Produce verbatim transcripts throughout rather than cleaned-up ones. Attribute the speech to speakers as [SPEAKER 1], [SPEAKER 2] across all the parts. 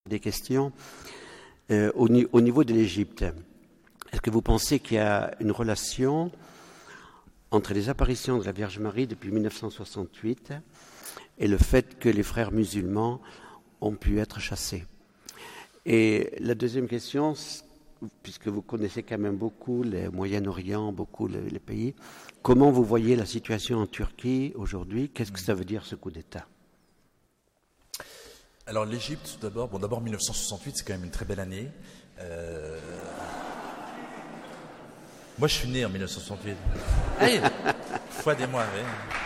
[SPEAKER 1] des questions. Euh, au, au niveau de l'Égypte, est-ce que vous pensez qu'il y a une relation entre les apparitions de la Vierge Marie depuis mille neuf cent soixante-huit et le fait que les frères musulmans ont pu être chassés? Et la deuxième question, puisque vous connaissez quand même beaucoup le Moyen-Orient, beaucoup les, les pays, comment vous voyez la situation en Turquie aujourd'hui? Qu'est-ce que ça veut dire, ce coup d'État?
[SPEAKER 2] Alors l'Égypte, tout d'abord, bon d'abord mille neuf cent soixante-huit, c'est quand même une très belle année. Euh... Moi, je suis né en mille neuf cent soixante-huit. Hey, foi des mois, oui.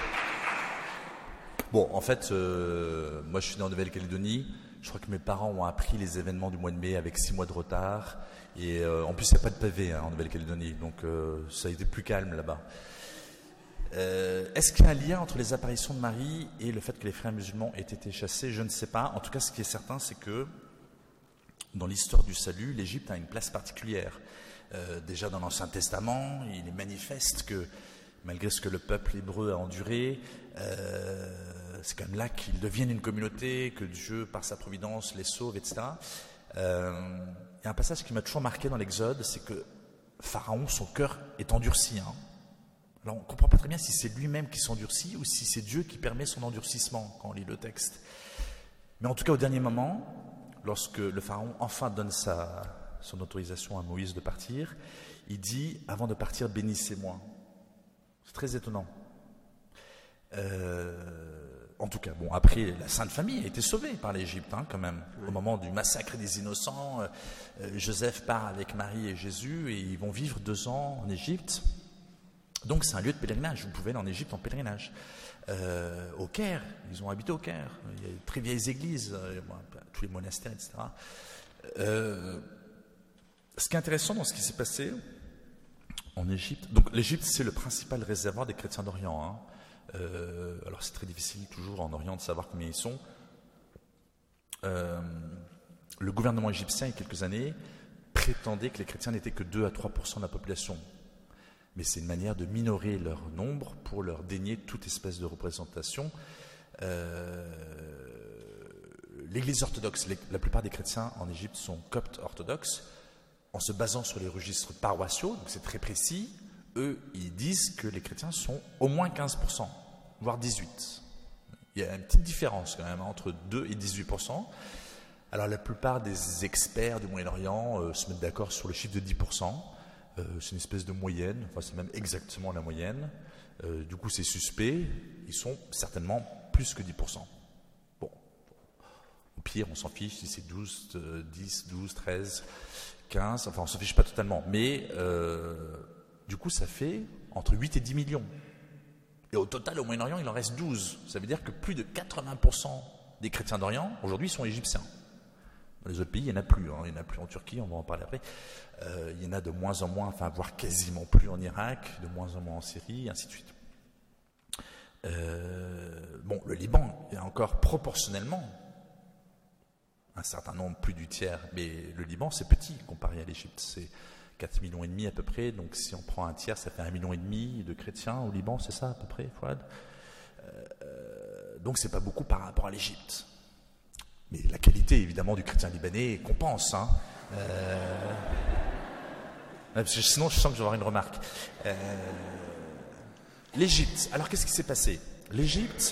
[SPEAKER 2] Bon, en fait, euh, moi, je suis né en Nouvelle-Calédonie. Je crois que mes parents ont appris les événements du mois de mai avec six mois de retard. Et euh, en plus, il n'y a pas de pavé hein, en Nouvelle-Calédonie, donc euh, ça a été plus calme là-bas. Euh, est-ce qu'il y a un lien entre les apparitions de Marie et le fait que les frères musulmans aient été chassés? Je ne sais pas. En tout cas, ce qui est certain, c'est que dans l'histoire du salut, l'Égypte a une place particulière. Euh, déjà dans l'Ancien Testament, il est manifeste que malgré ce que le peuple hébreu a enduré, euh, c'est quand même là qu'ils deviennent une communauté, que Dieu, par sa providence, les sauve, et cetera. Euh, il y a un passage qui m'a toujours marqué dans l'Exode, c'est que Pharaon, son cœur est endurci. Hein. Alors on ne comprend pas très bien si c'est lui-même qui s'endurcit ou si c'est Dieu qui permet son endurcissement quand on lit le texte. Mais en tout cas, au dernier moment, lorsque le Pharaon enfin donne sa, son autorisation à Moïse de partir, il dit, avant de partir, bénissez-moi. C'est très étonnant. Euh, en tout cas, bon, après, la Sainte Famille a été sauvée par l'Égypte, hein, quand même. Au moment du massacre des innocents, euh, Joseph part avec Marie et Jésus et ils vont vivre deux ans en Égypte. Donc c'est un lieu de pèlerinage, vous pouvez aller en Égypte en pèlerinage. Euh, au Caire, ils ont habité au Caire, il y a de très vieilles églises, euh, tous les monastères, et cetera. Euh, ce qui est intéressant dans ce qui s'est passé en Égypte, donc l'Égypte c'est le principal réservoir des chrétiens d'Orient. Hein. Euh, alors c'est très difficile toujours en Orient de savoir combien ils sont. Euh, le gouvernement égyptien il y a quelques années prétendait que les chrétiens n'étaient que deux à trois pour cent de la population. Mais c'est une manière de minorer leur nombre pour leur dénier toute espèce de représentation. Euh, L'Église orthodoxe, les, la plupart des chrétiens en Égypte sont coptes orthodoxes, en se basant sur les registres paroissiaux, donc c'est très précis. Eux, ils disent que les chrétiens sont au moins quinze pour cent, voire dix-huit pour cent. Il y a une petite différence quand même entre deux et dix-huit pour cent. Alors la plupart des experts du Moyen-Orient euh, se mettent d'accord sur le chiffre de dix pour cent. Euh, c'est une espèce de moyenne, enfin c'est même exactement la moyenne. Euh, du coup c'est suspect, ils sont certainement plus que dix pour cent. Bon, au pire on s'en fiche si c'est douze, dix, douze, treize, quinze, enfin on s'en fiche pas totalement. Mais euh, du coup ça fait entre huit et dix millions. Et au total au Moyen-Orient il en reste douze. Ça veut dire que plus de quatre-vingts pour cent des chrétiens d'Orient aujourd'hui sont égyptiens. Dans les autres pays, il n'y en a plus. Hein. Il n'y en a plus en Turquie, on va en parler après. Euh, il y en a de moins en moins, enfin, voire quasiment plus en Irak, de moins en moins en Syrie, et ainsi de suite. Euh, bon, le Liban, il y a encore proportionnellement un certain nombre, plus du tiers, mais le Liban, c'est petit comparé à l'Égypte. C'est quatre millions et demi à peu près. Donc, si on prend un tiers, ça fait un million et demi de chrétiens au Liban, c'est ça à peu près, Fouad. euh, Donc, c'est pas beaucoup par rapport à l'Égypte. Mais la qualité, évidemment, du chrétien libanais compense. Hein. Euh... Parce que sinon, je sens que je vais avoir une remarque. Euh... L'Égypte. Alors, qu'est-ce qui s'est passé? L'Égypte,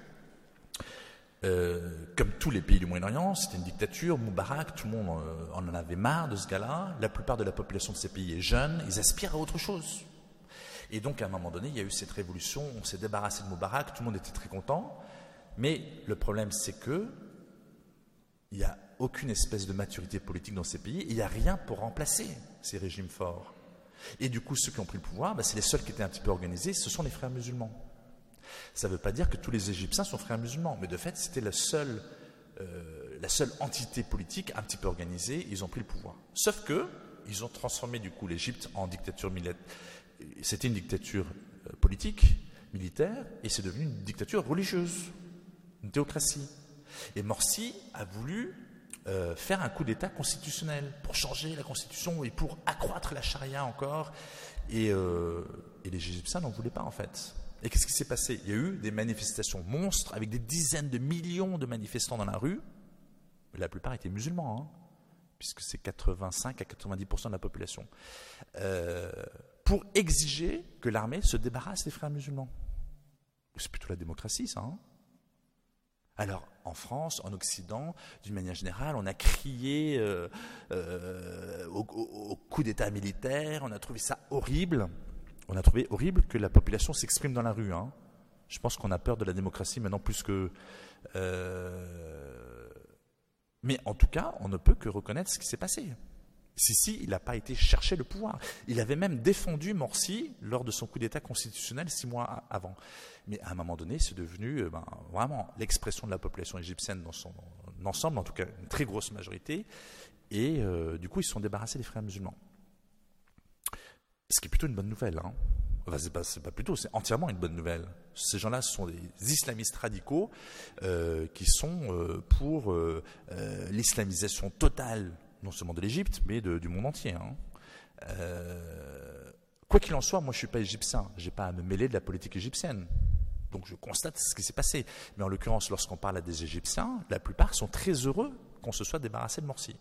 [SPEAKER 2] euh, comme tous les pays du Moyen-Orient, c'était une dictature. Moubarak, tout le monde euh, en avait marre de ce gars-là. La plupart de la population de ces pays est jeune. Ils aspirent à autre chose. Et donc, à un moment donné, il y a eu cette révolution. On s'est débarrassé de Moubarak. Tout le monde était très content. Mais le problème, c'est que il n'y a aucune espèce de maturité politique dans ces pays et il n'y a rien pour remplacer ces régimes forts. Et du coup, ceux qui ont pris le pouvoir, ben, c'est les seuls qui étaient un petit peu organisés, ce sont les frères musulmans. Ça ne veut pas dire que tous les Égyptiens sont frères musulmans, mais de fait, c'était la seule, euh, la seule entité politique un petit peu organisée, ils ont pris le pouvoir. Sauf que, ils ont transformé du coup l'Égypte en dictature militaire. C'était une dictature euh, politique, militaire, et c'est devenu une dictature religieuse, une théocratie. Et Morsi a voulu euh, faire un coup d'État constitutionnel pour changer la constitution et pour accroître la charia encore. Et, euh, et les Égyptiens n'en voulaient pas en fait. Et qu'est-ce qui s'est passé? Il y a eu des manifestations monstres avec des dizaines de millions de manifestants dans la rue. La plupart étaient musulmans, hein, puisque c'est quatre-vingt-cinq à quatre-vingt-dix pour cent de la population, euh, pour exiger que l'armée se débarrasse des frères musulmans. C'est plutôt la démocratie, ça. Hein. Alors, en France, en Occident, d'une manière générale, on a crié euh, euh, au, au, au coup d'État militaire, on a trouvé ça horrible. On a trouvé horrible que la population s'exprime dans la rue. Hein. Je pense qu'on a peur de la démocratie maintenant plus que... Euh... Mais en tout cas, on ne peut que reconnaître ce qui s'est passé. Sisi, il n'a pas été chercher le pouvoir. Il avait même défendu Morsi lors de son coup d'État constitutionnel six mois avant. Mais à un moment donné, c'est devenu ben, vraiment l'expression de la population égyptienne dans son ensemble, en tout cas une très grosse majorité. Et euh, du coup, ils se sont débarrassés des frères musulmans. Ce qui est plutôt une bonne nouvelle. Hein. Enfin, c'est pas, c'est pas plutôt, c'est entièrement une bonne nouvelle. Ces gens-là, ce sont des islamistes radicaux euh, qui sont euh, pour euh, euh, l'islamisation totale, non seulement de l'Égypte, mais de, du monde entier. Hein. Euh, quoi qu'il en soit, moi je ne suis pas égyptien, je n'ai pas à me mêler de la politique égyptienne. Donc je constate ce qui s'est passé. Mais en l'occurrence, lorsqu'on parle à des Égyptiens, la plupart sont très heureux qu'on se soit débarrassé de Morsi.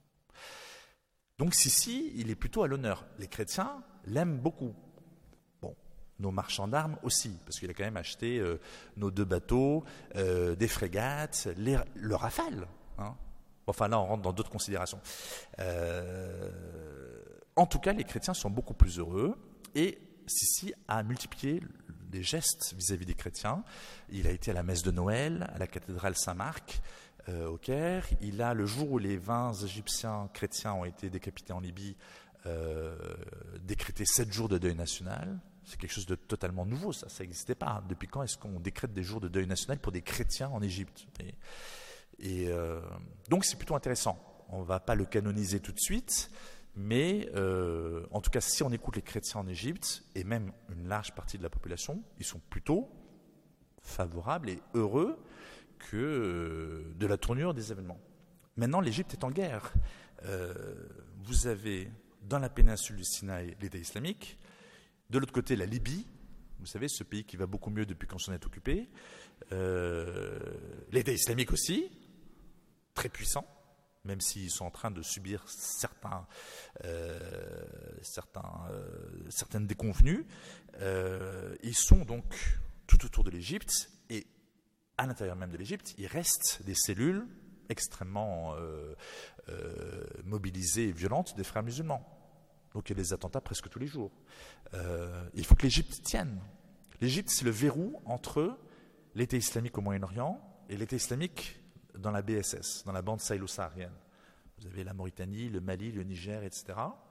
[SPEAKER 2] Donc Sisi, il est plutôt à l'honneur. Les chrétiens l'aiment beaucoup. Bon, nos marchands d'armes aussi, parce qu'il a quand même acheté euh, nos deux bateaux, euh, des frégates, les, le Rafale. Hein. Enfin là, on rentre dans d'autres considérations. Euh, en tout cas, les chrétiens sont beaucoup plus heureux et Sisi a multiplié les gestes vis-à-vis des chrétiens. Il a été à la messe de Noël, à la cathédrale Saint-Marc, euh, au Caire. Il a, le jour où les vingt Égyptiens chrétiens ont été décapités en Libye, euh, décrété sept jours de deuil national. C'est quelque chose de totalement nouveau, ça, ça n'existait pas. Depuis quand est-ce qu'on décrète des jours de deuil national pour des chrétiens en Égypte ? Et, et euh, donc c'est plutôt intéressant. On ne va pas le canoniser tout de suite, mais euh, en tout cas, si on écoute les chrétiens en Égypte, et même une large partie de la population, ils sont plutôt favorables et heureux que euh, de la tournure des événements. Maintenant, l'Égypte est en guerre. Euh, vous avez dans la péninsule du Sinaï l'État islamique, de l'autre côté la Libye, vous savez, ce pays qui va beaucoup mieux depuis qu'on s'en est occupé, euh, l'État islamique aussi, très puissant, même s'ils sont en train de subir certains, euh, certains, euh, certaines déconvenues. Euh, ils sont donc tout autour de l'Égypte, et à l'intérieur même de l'Égypte, il reste des cellules extrêmement euh, euh, mobilisées et violentes des frères musulmans. Donc il y a des attentats presque tous les jours. Euh, il faut que l'Égypte tienne. L'Égypte, c'est le verrou entre l'État islamique au Moyen-Orient et l'État islamique dans la B S S, dans la bande sahélo-saharienne. Vous avez la Mauritanie, le Mali, le Niger, et cetera.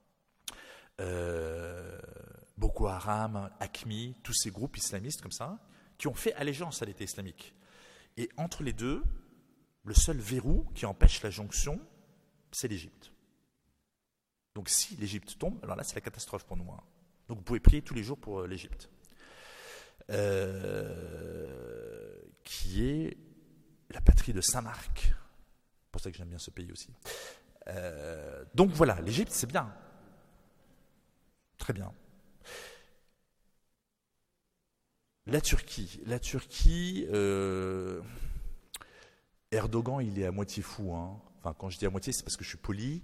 [SPEAKER 2] Euh, Boko Haram, Aqmi, tous ces groupes islamistes comme ça, qui ont fait allégeance à l'État islamique. Et entre les deux, le seul verrou qui empêche la jonction, c'est l'Égypte. Donc si l'Égypte tombe, alors là c'est la catastrophe pour nous. Hein. Donc vous pouvez prier tous les jours pour euh, l'Égypte, euh, qui est la patrie de Saint-Marc. C'est pour ça que j'aime bien ce pays aussi. Euh, donc voilà, l'Égypte c'est bien. Très bien. La Turquie. La Turquie, euh, Erdogan il est à moitié fou. Hein. Enfin quand je dis à moitié c'est parce que je suis poli.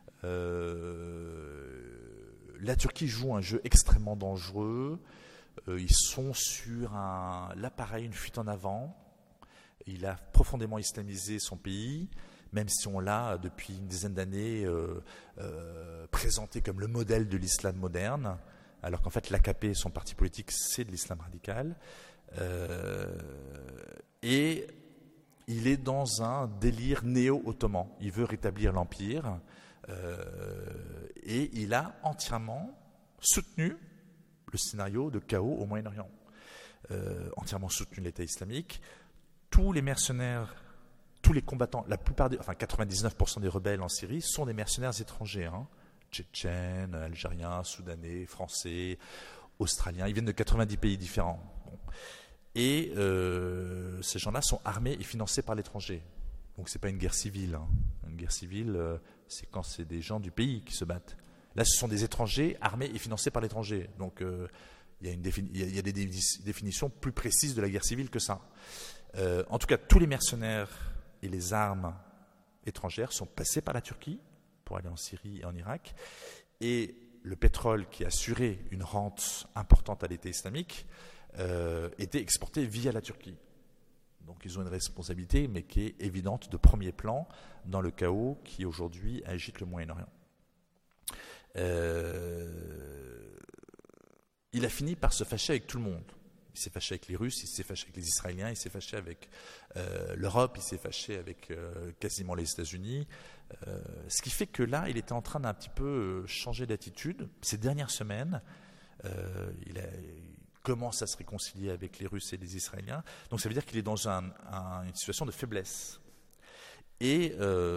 [SPEAKER 2] Euh, la Turquie joue un jeu extrêmement dangereux. Euh, ils sont sur un, là pareil, une fuite en avant. Il a profondément islamisé son pays, même si on l'a depuis une dizaine d'années euh, euh, présenté comme le modèle de l'islam moderne, alors qu'en fait l'A K P, son parti politique, c'est de l'islam radical. Euh, et il est dans un délire néo-ottoman. Il veut rétablir l'empire. Euh, et il a entièrement soutenu le scénario de chaos au Moyen-Orient, euh, entièrement soutenu l'État islamique. Tous les mercenaires, tous les combattants, la plupart des, enfin quatre-vingt-dix-neuf pour cent des rebelles en Syrie sont des mercenaires étrangers, hein, tchétchènes, algériens, soudanais, français, australiens. Ils viennent de quatre-vingt-dix pays différents. Bon. Et euh, ces gens-là sont armés et financés par l'étranger. Donc c'est pas une guerre civile. Hein. Une guerre civile, euh, c'est quand c'est des gens du pays qui se battent. Là, ce sont des étrangers armés et financés par l'étranger. Donc euh, il y a, une défini- il y a des définitions plus précises de la guerre civile que ça. Euh, en tout cas, tous les mercenaires et les armes étrangères sont passées par la Turquie pour aller en Syrie et en Irak. Et le pétrole qui assurait une rente importante à l'État islamique euh, était exporté via la Turquie. Donc ils ont une responsabilité, mais qui est évidente, de premier plan, dans le chaos qui aujourd'hui agite le Moyen-Orient. Euh, il a fini par se fâcher avec tout le monde. Il s'est fâché avec les Russes, il s'est fâché avec les Israéliens, il s'est fâché avec euh, l'Europe, il s'est fâché avec euh, quasiment les États-Unis. Euh, ce qui fait que là, il était en train d'un petit peu changer d'attitude. Ces dernières semaines, euh, il, a, il commence à se réconcilier avec les Russes et les Israéliens. Donc ça veut dire qu'il est dans un, un, une situation de faiblesse. Et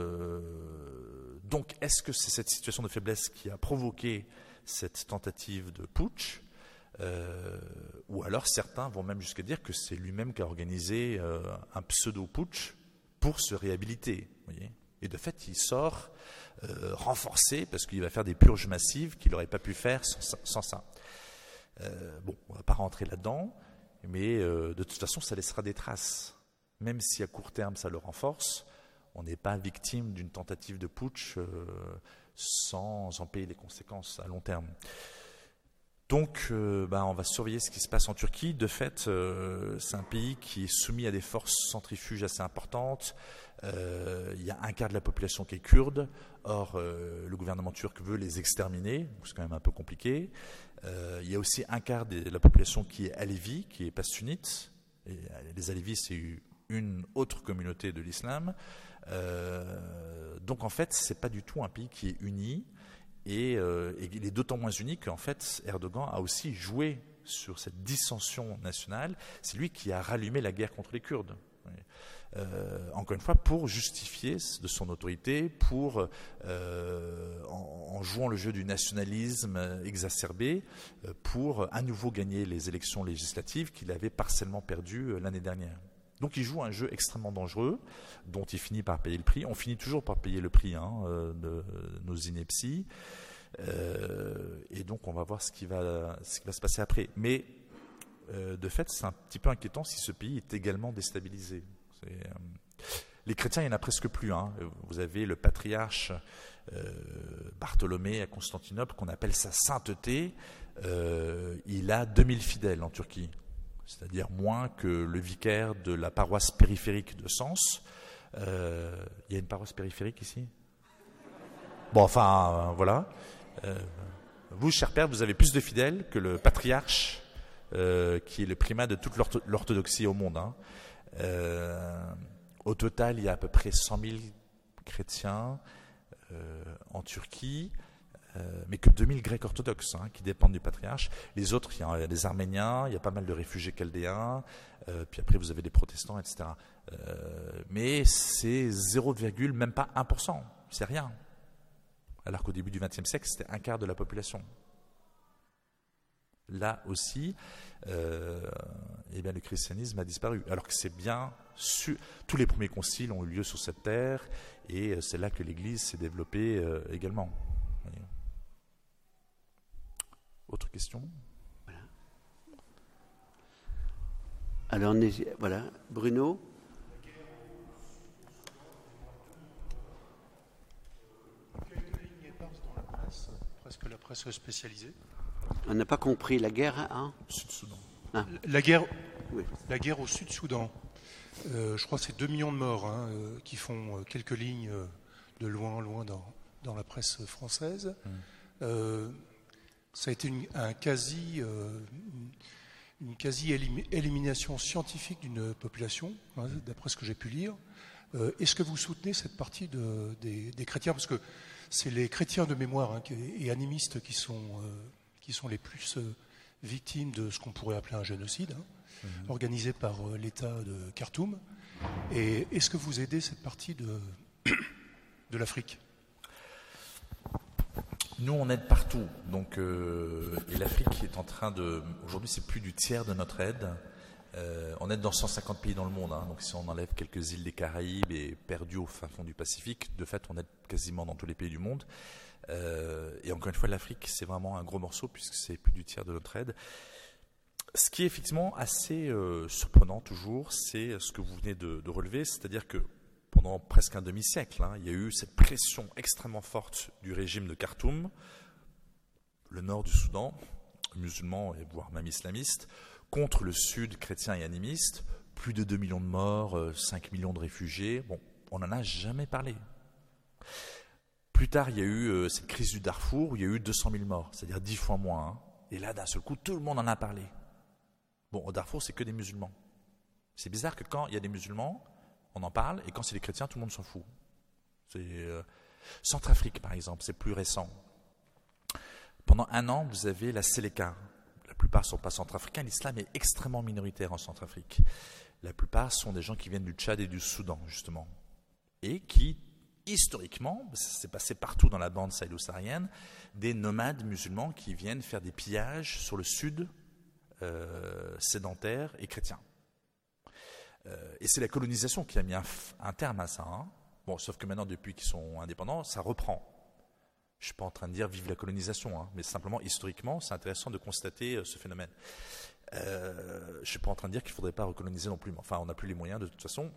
[SPEAKER 2] euh, donc, est-ce que c'est cette situation de faiblesse qui a provoqué cette tentative de putsch ? Euh, ou alors certains vont même jusqu'à dire que c'est lui-même qui a organisé euh, un pseudo-putsch pour se réhabiliter. Voyez, et de fait, il sort euh, renforcé parce qu'il va faire des purges massives qu'il n'aurait pas pu faire sans, sans ça. Euh, bon, on ne va pas rentrer là-dedans, mais euh, de toute façon, ça laissera des traces. Même si à court terme, ça le renforce, on n'est pas victime d'une tentative de putsch euh, sans en payer les conséquences à long terme. Donc, euh, ben, on va surveiller ce qui se passe en Turquie. De fait, euh, c'est un pays qui est soumis à des forces centrifuges assez importantes. Euh, il y a un quart de la population qui est kurde. Or, euh, le gouvernement turc veut les exterminer. C'est quand même un peu compliqué. Euh, il y a aussi un quart de la population qui est alévi, qui est pas sunnite. Et les alévis, c'est une autre communauté de l'islam. Euh, donc, en fait, c'est pas du tout un pays qui est uni. Et, euh, et il est d'autant moins unique qu'en fait, Erdogan a aussi joué sur cette dissension nationale. C'est lui qui a rallumé la guerre contre les Kurdes. Euh, encore une fois, pour justifier de son autorité, pour euh, en, en jouant le jeu du nationalisme exacerbé, pour à nouveau gagner les élections législatives qu'il avait partiellement perdues l'année dernière. Donc il joue un jeu extrêmement dangereux, dont il finit par payer le prix. On finit toujours par payer le prix hein, de nos inepties. Euh, et donc on va voir ce qui va, ce qui va se passer après. Mais euh, de fait, c'est un petit peu inquiétant si ce pays est également déstabilisé. C'est, euh, les chrétiens, il n'y en a presque plus. Hein. Vous avez le patriarche euh, Bartholomée à Constantinople, qu'on appelle sa sainteté. Euh, il a deux mille fidèles en Turquie. C'est-à-dire moins que le vicaire de la paroisse périphérique de Sens. Euh, il y a une paroisse périphérique ici ? Bon, enfin, euh, voilà. Euh, vous, cher père, vous avez plus de fidèles que le patriarche, euh, qui est le primat de toute l'ortho- l'orthodoxie au monde. Hein. Euh, au total, il y a à peu près cent mille chrétiens euh, en Turquie. Euh, mais que deux mille Grecs orthodoxes hein, qui dépendent du patriarche. Les autres, il y a des Arméniens, il y a pas mal de réfugiés chaldéens, euh, puis après vous avez des protestants, et cetera. Euh, mais c'est zéro, même pas un pour cent, c'est rien. Alors qu'au début du vingtième siècle, c'était un quart de la population. Là aussi, euh, eh bien, le christianisme a disparu. Alors que c'est bien su, tous les premiers conciles ont eu lieu sur cette terre, et c'est là que l'Église s'est développée euh, également. Voyez. Autre question ?
[SPEAKER 1] Voilà. Alors, voilà, Bruno.
[SPEAKER 3] Quelques lignes éparses dans la presse, presque la presse spécialisée.
[SPEAKER 1] On n'a pas compris la guerre, hein ?
[SPEAKER 2] Sud-Soudan.
[SPEAKER 3] Ah. La guerre,
[SPEAKER 1] oui.
[SPEAKER 3] La guerre au Sud-Soudan. Euh, je crois que c'est deux millions de morts hein, euh, qui font euh, quelques lignes euh, de loin, loin dans, dans la presse française. Mmh. Euh, ça a été une, un quasi, euh, une, une quasi élimination scientifique d'une population, hein, d'après ce que j'ai pu lire. Euh, est-ce que vous soutenez cette partie de, des, des chrétiens ? Parce que c'est les chrétiens de mémoire hein, et animistes qui sont, euh, qui sont les plus euh, victimes de ce qu'on pourrait appeler un génocide, hein, mmh. organisé par euh, l'État de Khartoum. Et est-ce que vous aidez cette partie de, de l'Afrique ?
[SPEAKER 2] Nous, on aide partout. Donc, euh, et l'Afrique est en train de... Aujourd'hui, c'est plus du tiers de notre aide. Euh, on aide dans cent cinquante pays dans le monde. Hein. Donc, si on enlève quelques îles des Caraïbes et perdu au fin fond du Pacifique, de fait, on aide quasiment dans tous les pays du monde. Euh, et encore une fois, l'Afrique, c'est vraiment un gros morceau puisque c'est plus du tiers de notre aide. Ce qui est effectivement assez euh, surprenant toujours, c'est ce que vous venez de, de relever, c'est-à-dire que pendant presque un demi-siècle. Hein, il y a eu cette pression extrêmement forte du régime de Khartoum, le nord du Soudan, musulmans et voire même islamistes, contre le sud chrétien et animiste, plus de deux millions de morts, cinq millions de réfugiés. Bon, on n'en a jamais parlé. Plus tard, il y a eu euh, cette crise du Darfour où il y a eu deux cent mille morts, c'est-à-dire dix fois moins. Hein. Et là, d'un seul coup, tout le monde en a parlé. Bon, au Darfour, c'est que des musulmans. C'est bizarre que quand il y a des musulmans, on en parle, et quand c'est des chrétiens, tout le monde s'en fout. C'est, euh, Centrafrique, par exemple, c'est plus récent. Pendant un an, vous avez la Séléka. La plupart ne sont pas centrafricains. L'islam est extrêmement minoritaire en Centrafrique. La plupart sont des gens qui viennent du Tchad et du Soudan, justement. Et qui, historiquement, ça s'est passé partout dans la bande sahélo-saharienne, des nomades musulmans qui viennent faire des pillages sur le sud euh, sédentaire et chrétien. Euh, et c'est la colonisation qui a mis un, un terme à ça. Hein. Bon, sauf que maintenant, depuis qu'ils sont indépendants, ça reprend. Je ne suis pas en train de dire vive la colonisation, hein, mais simplement, historiquement, c'est intéressant de constater euh, ce phénomène. Euh, je ne suis pas en train de dire qu'il ne faudrait pas recoloniser non plus, mais enfin, on n'a plus les moyens de toute façon.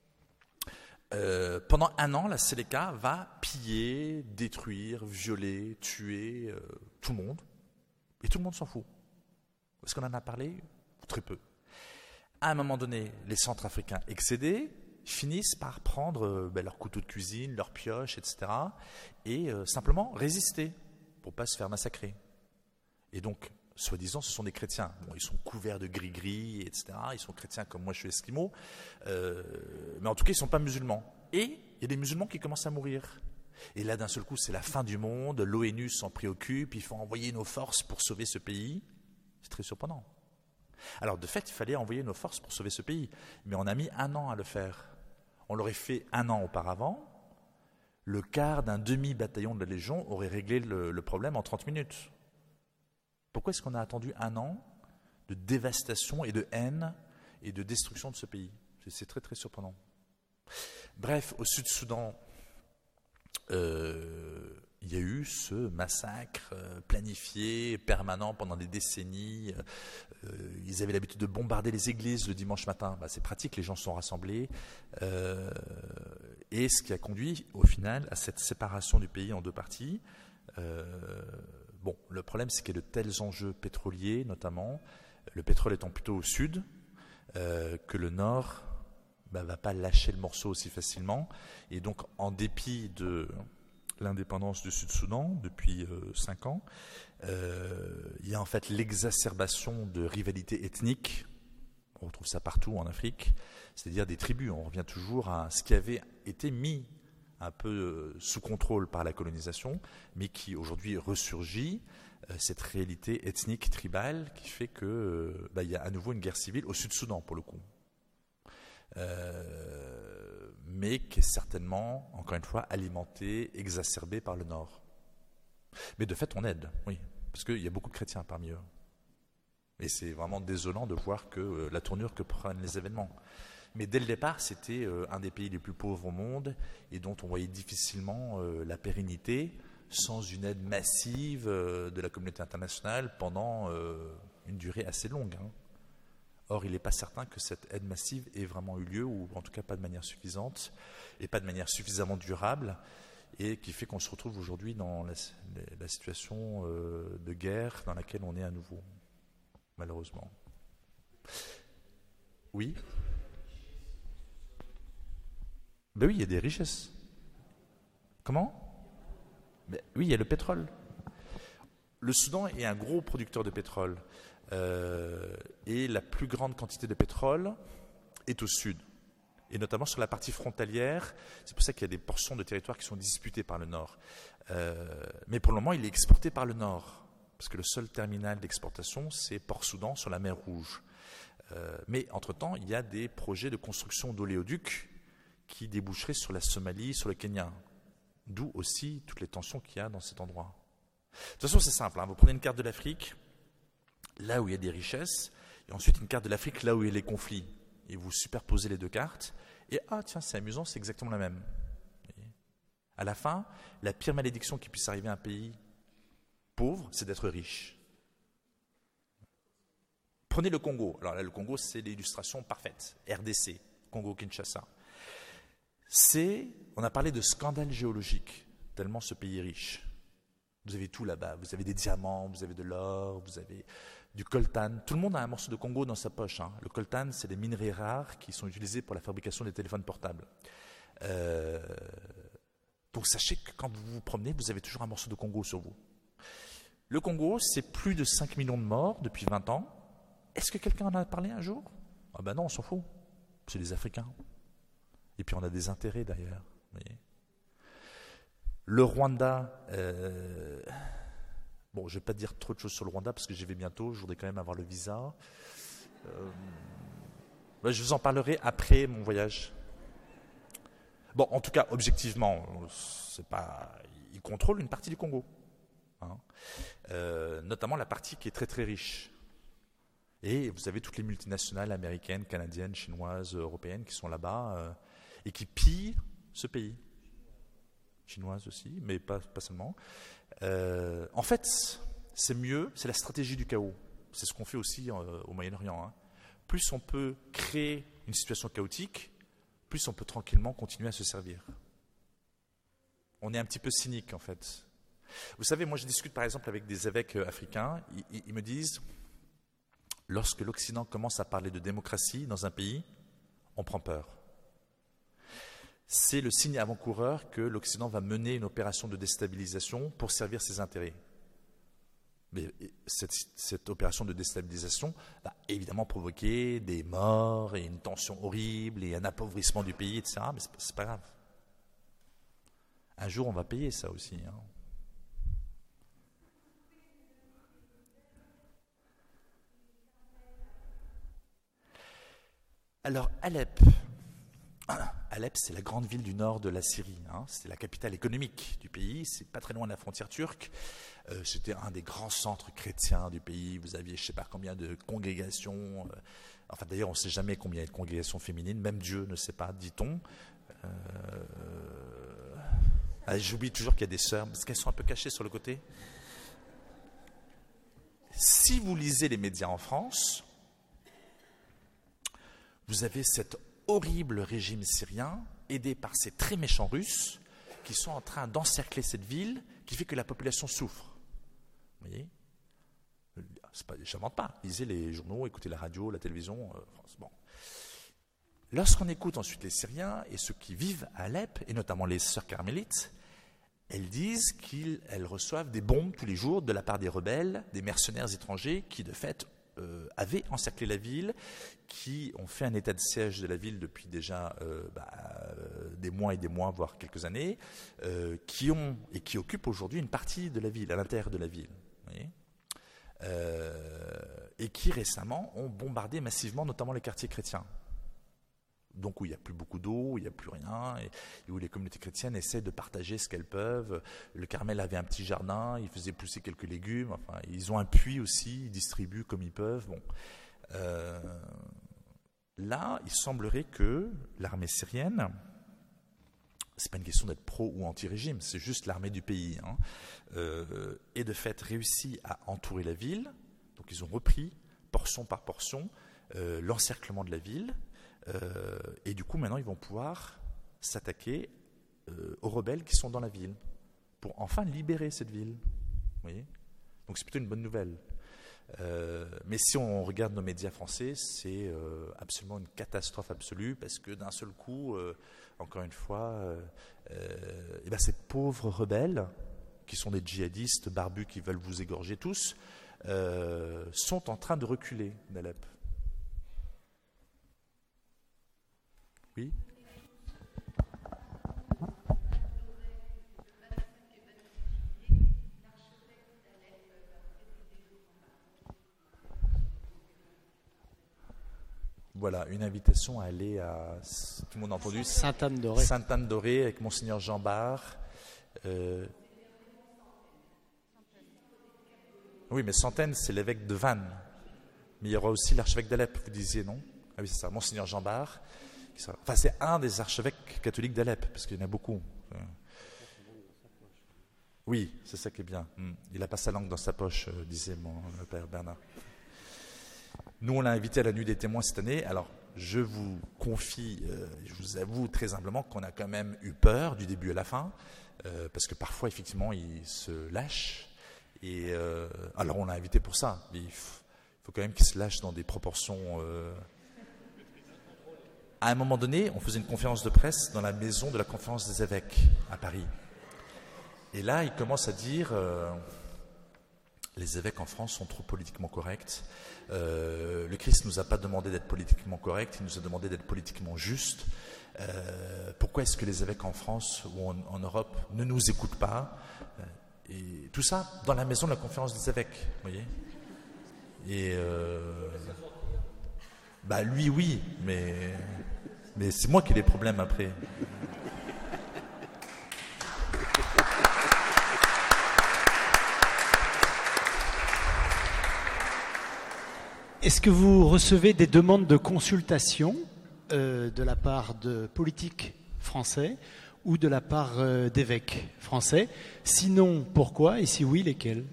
[SPEAKER 2] Euh, pendant un an, la Séléka va piller, détruire, violer, tuer euh, tout le monde. Et tout le monde s'en fout. Est-ce qu'on en a parlé? Très peu. À un moment donné, les Centrafricains excédés finissent par prendre euh, ben, leurs couteaux de cuisine, leurs pioches, et cetera. Et euh, simplement résister pour ne pas se faire massacrer. Et donc, soi-disant, ce sont des chrétiens. Bon, ils sont couverts de gris-gris, et cetera. Ils sont chrétiens comme moi, je suis esquimau. Euh, mais en tout cas, ils ne sont pas musulmans. Et il y a des musulmans qui commencent à mourir. Et là, d'un seul coup, c'est la fin du monde. L'ONU s'en préoccupe. Il faut envoyer nos forces pour sauver ce pays. C'est très surprenant. Alors, de fait, il fallait envoyer nos forces pour sauver ce pays. Mais on a mis un an à le faire. On l'aurait fait un an auparavant. Le quart d'un demi-bataillon de la Légion aurait réglé le, le problème en trente minutes. Pourquoi est-ce qu'on a attendu un an de dévastation et de haine et de destruction de ce pays? C'est très très surprenant. Bref, au Sud-Soudan, euh, il y a eu ce massacre euh, planifié, permanent pendant des décennies. Euh, ils avaient l'habitude de bombarder les églises le dimanche matin. Bah, c'est pratique, les gens sont rassemblés. Euh, et ce qui a conduit au final à cette séparation du pays en deux parties. Euh, Bon, le problème, c'est qu'il y a de tels enjeux pétroliers, notamment, le pétrole étant plutôt au sud, euh, que le nord ne bah, va pas lâcher le morceau aussi facilement. Et donc, en dépit de l'indépendance du Sud-Soudan depuis euh, cinq ans, euh, il y a en fait l'exacerbation de rivalités ethniques. On retrouve ça partout en Afrique, c'est-à-dire des tribus. On revient toujours à ce qui avait été mis un peu sous contrôle par la colonisation, mais qui aujourd'hui ressurgit, euh, cette réalité ethnique tribale qui fait que euh, bah, y a à nouveau une guerre civile au Sud-Soudan pour le coup, euh, mais qui est certainement, encore une fois, alimentée, exacerbée par le Nord. Mais de fait, on aide, oui, parce qu'il y a beaucoup de chrétiens parmi eux. Et c'est vraiment désolant de voir que euh, la tournure que prennent les événements. Mais dès le départ, c'était euh, un des pays les plus pauvres au monde et dont on voyait difficilement euh, la pérennité sans une aide massive euh, de la communauté internationale pendant euh, une durée assez longue. Hein. Or, il n'est pas certain que cette aide massive ait vraiment eu lieu, ou en tout cas pas de manière suffisante, et pas de manière suffisamment durable, et qui fait qu'on se retrouve aujourd'hui dans la, la situation euh, de guerre dans laquelle on est à nouveau, malheureusement. Oui ? Ben oui, il y a des richesses. Comment? Ben oui, il y a le pétrole. Le Soudan est un gros producteur de pétrole. Euh, et la plus grande quantité de pétrole est au sud. Et notamment sur la partie frontalière. C'est pour ça qu'il y a des portions de territoire qui sont disputées par le nord. Euh, mais pour le moment, il est exporté par le nord. Parce que le seul terminal d'exportation, c'est Port-Soudan sur la mer Rouge. Euh, mais entre-temps, il y a des projets de construction d'oléoducs qui déboucherait sur la Somalie, sur le Kenya. D'où aussi toutes les tensions qu'il y a dans cet endroit. De toute façon, c'est simple. Hein. Vous prenez une carte de l'Afrique, là où il y a des richesses, et ensuite une carte de l'Afrique, là où il y a les conflits. Et vous superposez les deux cartes, et ah tiens, c'est amusant, c'est exactement la même. Et à la fin, la pire malédiction qui puisse arriver à un pays pauvre, c'est d'être riche. Prenez le Congo. Alors là, le Congo, c'est l'illustration parfaite. R D C, Congo-Kinshasa. c'est, on a parlé de scandale géologique, tellement ce pays est riche. Vous avez tout là-bas, vous avez des diamants, vous avez de l'or, vous avez du coltan. Tout le monde a un morceau de Congo dans sa poche. Hein. Le coltan, c'est des minerais rares qui sont utilisés pour la fabrication des téléphones portables. Euh, donc sachez que quand vous vous promenez, vous avez toujours un morceau de Congo sur vous. Le Congo, c'est plus de cinq millions de morts depuis vingt ans. Est-ce que quelqu'un en a parlé un jour? Ah ben non, on s'en fout. C'est les Africains. Et puis on a des intérêts d'ailleurs. Vous voyez. Le Rwanda, euh, bon, je ne vais pas dire trop de choses sur le Rwanda parce que j'y vais bientôt, je voudrais quand même avoir le visa. Euh, ben, je vous en parlerai après mon voyage. Bon, en tout cas, objectivement, c'est pas, ils contrôlent une partie du Congo, hein, euh, notamment la partie qui est très très riche. Et vous avez toutes les multinationales américaines, canadiennes, chinoises, européennes qui sont là-bas euh, et qui pillent ce pays. Chinoise aussi, mais pas, pas seulement. Euh, en fait, c'est mieux, c'est la stratégie du chaos. C'est ce qu'on fait aussi euh, au Moyen-Orient. Hein. Plus on peut créer une situation chaotique, plus on peut tranquillement continuer à se servir. On est un petit peu cynique, en fait. Vous savez, moi je discute par exemple avec des évêques africains, ils, ils me disent, lorsque l'Occident commence à parler de démocratie dans un pays, on prend peur. C'est le signe avant-coureur que l'Occident va mener une opération de déstabilisation pour servir ses intérêts. Mais cette, cette opération de déstabilisation va évidemment provoquer des morts et une tension horrible et un appauvrissement du pays, et cetera. Mais c'est, c'est pas grave. Un jour, on va payer ça aussi. Hein. Alors, Alep. Alep, c'est la grande ville du nord de la Syrie. Hein. C'est la capitale économique du pays. C'est pas très loin de la frontière turque. Euh, c'était un des grands centres chrétiens du pays. Vous aviez, je ne sais pas combien de congrégations. Euh, enfin, d'ailleurs, on ne sait jamais combien il y a de congrégations féminines. Même Dieu ne sait pas, dit-on. Euh, ah, j'oublie toujours qu'il y a des sœurs, parce qu'elles sont un peu cachées sur le côté. Si vous lisez les médias en France, vous avez cet horrible régime syrien, aidé par ces très méchants Russes, qui sont en train d'encercler cette ville, qui fait que la population souffre. Vous voyez ? Je n'invente pas. Lisez les journaux, écoutez la radio, la télévision. Euh, bon. Lorsqu'on écoute ensuite les Syriens et ceux qui vivent à Alep, et notamment les sœurs carmélites, elles disent qu'elles reçoivent des bombes tous les jours de la part des rebelles, des mercenaires étrangers qui, de fait, Euh, avaient encerclé la ville, qui ont fait un état de siège de la ville depuis déjà euh, bah, euh, des mois et des mois, voire quelques années, euh, qui ont et qui occupent aujourd'hui une partie de la ville, à l'intérieur de la ville, vous voyez, euh, et qui récemment ont bombardé massivement, notamment les quartiers chrétiens. Donc où il n'y a plus beaucoup d'eau, où il n'y a plus rien, et, et où les communautés chrétiennes essaient de partager ce qu'elles peuvent. Le Carmel avait un petit jardin, ils faisaient pousser quelques légumes, enfin, ils ont un puits aussi, ils distribuent comme ils peuvent. Bon. Euh, là, il semblerait que l'armée syrienne, c'est pas une question d'être pro ou anti-régime, c'est juste l'armée du pays, hein, euh, ait de fait réussi à entourer la ville. Donc ils ont repris, portion par portion, euh, l'encerclement de la ville. Euh, et du coup, maintenant, ils vont pouvoir s'attaquer euh, aux rebelles qui sont dans la ville pour enfin libérer cette ville. Vous voyez ? Donc, c'est plutôt une bonne nouvelle. Euh, mais si on regarde nos médias français, c'est euh, absolument une catastrophe absolue parce que d'un seul coup, euh, encore une fois, euh, euh, et ben ces pauvres rebelles, qui sont des djihadistes barbus qui veulent vous égorger tous, euh, sont en train de reculer d'Alep. Oui. Voilà, une invitation à aller à, tout le monde a entendu,
[SPEAKER 4] Sainte-Anne-d'Auray.
[SPEAKER 2] Sainte-Anne-d'Auray avec Monseigneur Jean Bart. Euh, oui, mais Centaine, c'est l'évêque de Vannes. Mais il y aura aussi l'archevêque d'Alep, vous disiez, non ? Ah oui, c'est ça, Monseigneur Jean Bart. Enfin, c'est un des archevêques catholiques d'Alep, parce qu'il y en a beaucoup. Oui, c'est ça qui est bien. Il n'a pas sa langue dans sa poche, disait mon père Bernard. Nous, on l'a invité à la Nuit des Témoins cette année. Alors, je vous confie, euh, je vous avoue très humblement qu'on a quand même eu peur du début à la fin, euh, parce que parfois, effectivement, il se lâche. Et euh, alors, on l'a invité pour ça. Mais il faut quand même qu'il se lâche dans des proportions... Euh... À un moment donné, on faisait une conférence de presse dans la maison de la conférence des évêques à Paris. Et là, il commence à dire... Euh, les évêques en France sont trop politiquement corrects. Euh, le Christ ne nous a pas demandé d'être politiquement corrects, il nous a demandé d'être politiquement justes. Euh, pourquoi est-ce que les évêques en France ou en, en Europe ne nous écoutent pas? Et tout ça dans la maison de la conférence des évêques, vous voyez. Et euh, bah lui, oui, mais mais c'est moi qui ai les problèmes après.
[SPEAKER 4] Est-ce que vous recevez des demandes de consultation euh, de la part de politiques français ou de la part euh, d'évêques français? Sinon, pourquoi? Et si oui, lesquels?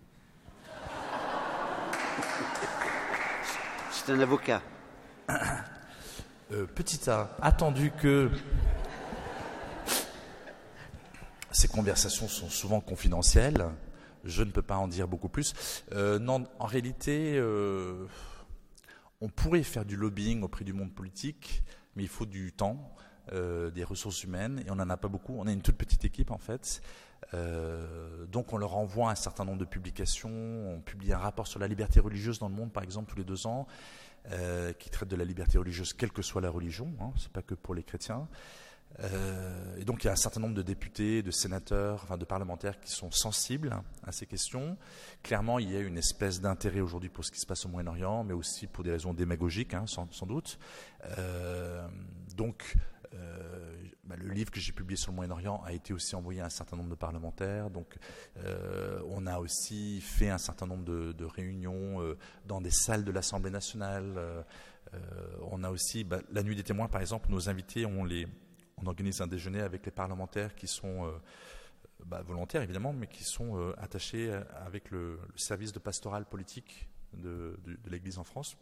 [SPEAKER 1] C'est un avocat.
[SPEAKER 2] Euh, petit A, attendu que ces conversations sont souvent confidentielles, je ne peux pas en dire beaucoup plus. Euh, non, en réalité, euh, on pourrait faire du lobbying auprès du monde politique, mais il faut du temps, euh, des ressources humaines, et on n'en a pas beaucoup. On est une toute petite équipe, en fait. Euh, donc, on leur envoie un certain nombre de publications. On publie un rapport sur la liberté religieuse dans le monde, par exemple, tous les deux ans, euh, qui traite de la liberté religieuse, quelle que soit la religion. Hein, c'est pas que pour les chrétiens. Euh, et donc il y a un certain nombre de députés, de sénateurs, enfin de parlementaires qui sont sensibles à ces questions. Clairement, il y a une espèce d'intérêt aujourd'hui pour ce qui se passe au Moyen-Orient, mais aussi pour des raisons démagogiques, hein, sans, sans doute. Euh, donc, euh, bah, le livre que j'ai publié sur le Moyen-Orient a été aussi envoyé à un certain nombre de parlementaires. Donc, euh, on a aussi fait un certain nombre de, de réunions euh, dans des salles de l'Assemblée nationale. Euh, on a aussi, bah, la Nuit des témoins, par exemple, nos invités ont les On organise un déjeuner avec les parlementaires qui sont euh, bah, volontaires, évidemment, mais qui sont euh, attachés avec le, le service de pastoral politique de, de, de l'Église en France.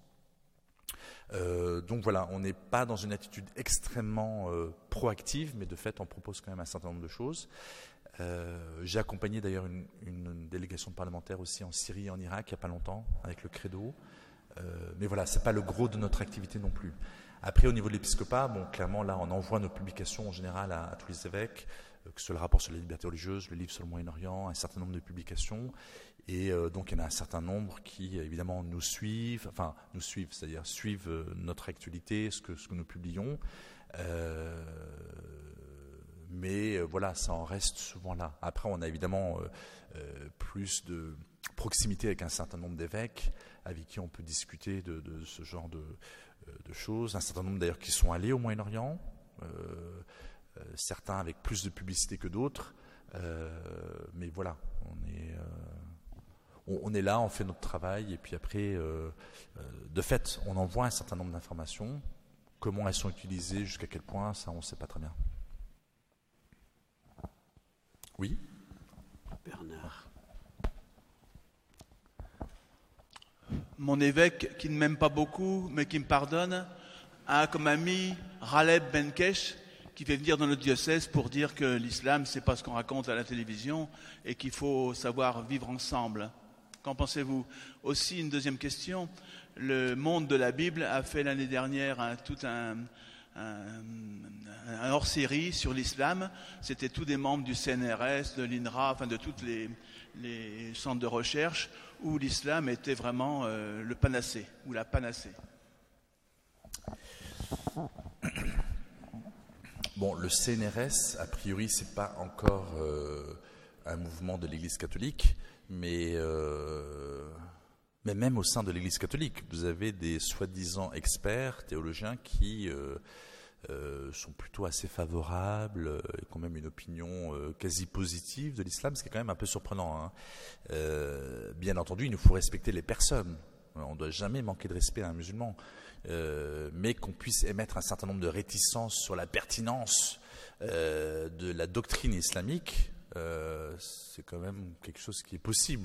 [SPEAKER 2] Euh, donc voilà, on n'est pas dans une attitude extrêmement euh, proactive, mais de fait, on propose quand même un certain nombre de choses. Euh, j'ai accompagné d'ailleurs une, une délégation de parlementaires aussi en Syrie et en Irak il n'y a pas longtemps, avec le Credo. Euh, mais voilà, ce n'est pas le gros de notre activité non plus. Après, au niveau de l'épiscopat, bon, clairement, là, on envoie nos publications en général à, à tous les évêques, euh, que ce soit le rapport sur la liberté religieuse, le livre sur le Moyen-Orient, un certain nombre de publications. Et euh, donc, il y en a un certain nombre qui, évidemment, nous suivent, enfin, nous suivent, c'est-à-dire suivent euh, notre actualité, ce que, ce que nous publions. Euh, mais euh, voilà, ça en reste souvent là. Après, on a évidemment euh, euh, plus de proximité avec un certain nombre d'évêques avec qui on peut discuter de, de ce genre de... de choses, un certain nombre d'ailleurs qui sont allés au Moyen-Orient, euh, euh, certains avec plus de publicité que d'autres, euh, mais voilà, on est, euh, on, on est là, on fait notre travail, et puis après, euh, euh, de fait, on envoie un certain nombre d'informations, comment elles sont utilisées, jusqu'à quel point, ça on ne sait pas très bien. Oui ?
[SPEAKER 1] Bernard.
[SPEAKER 5] Mon évêque, qui ne m'aime pas beaucoup, mais qui me pardonne, a comme ami Raleb Benkesh, qui fait venir dans notre diocèse pour dire que l'islam, c'est pas ce qu'on raconte à la télévision et qu'il faut savoir vivre ensemble. Qu'en pensez-vous? Aussi, une deuxième question. Le Monde de la Bible a fait l'année dernière un, tout un, un, un hors-série sur l'islam. C'était tous des membres du C N R S, de l'I N R A, enfin de toutes les... les centres de recherche où l'islam était vraiment euh, le panacée, ou la panacée.
[SPEAKER 2] Bon, le C N R S, a priori, c'est pas encore euh, un mouvement de l'Église catholique, mais, euh, mais même au sein de l'Église catholique, vous avez des soi-disant experts, théologiens, qui euh, euh, sont plutôt assez favorables, euh, et qui ont même une opinion euh, quasi positive de l'islam, ce qui est quand même un peu surprenant. Hein. Euh, bien entendu, il nous faut respecter les personnes. On ne doit jamais manquer de respect à un musulman. Euh, mais qu'on puisse émettre un certain nombre de réticences sur la pertinence euh, de la doctrine islamique, euh, c'est quand même quelque chose qui est possible.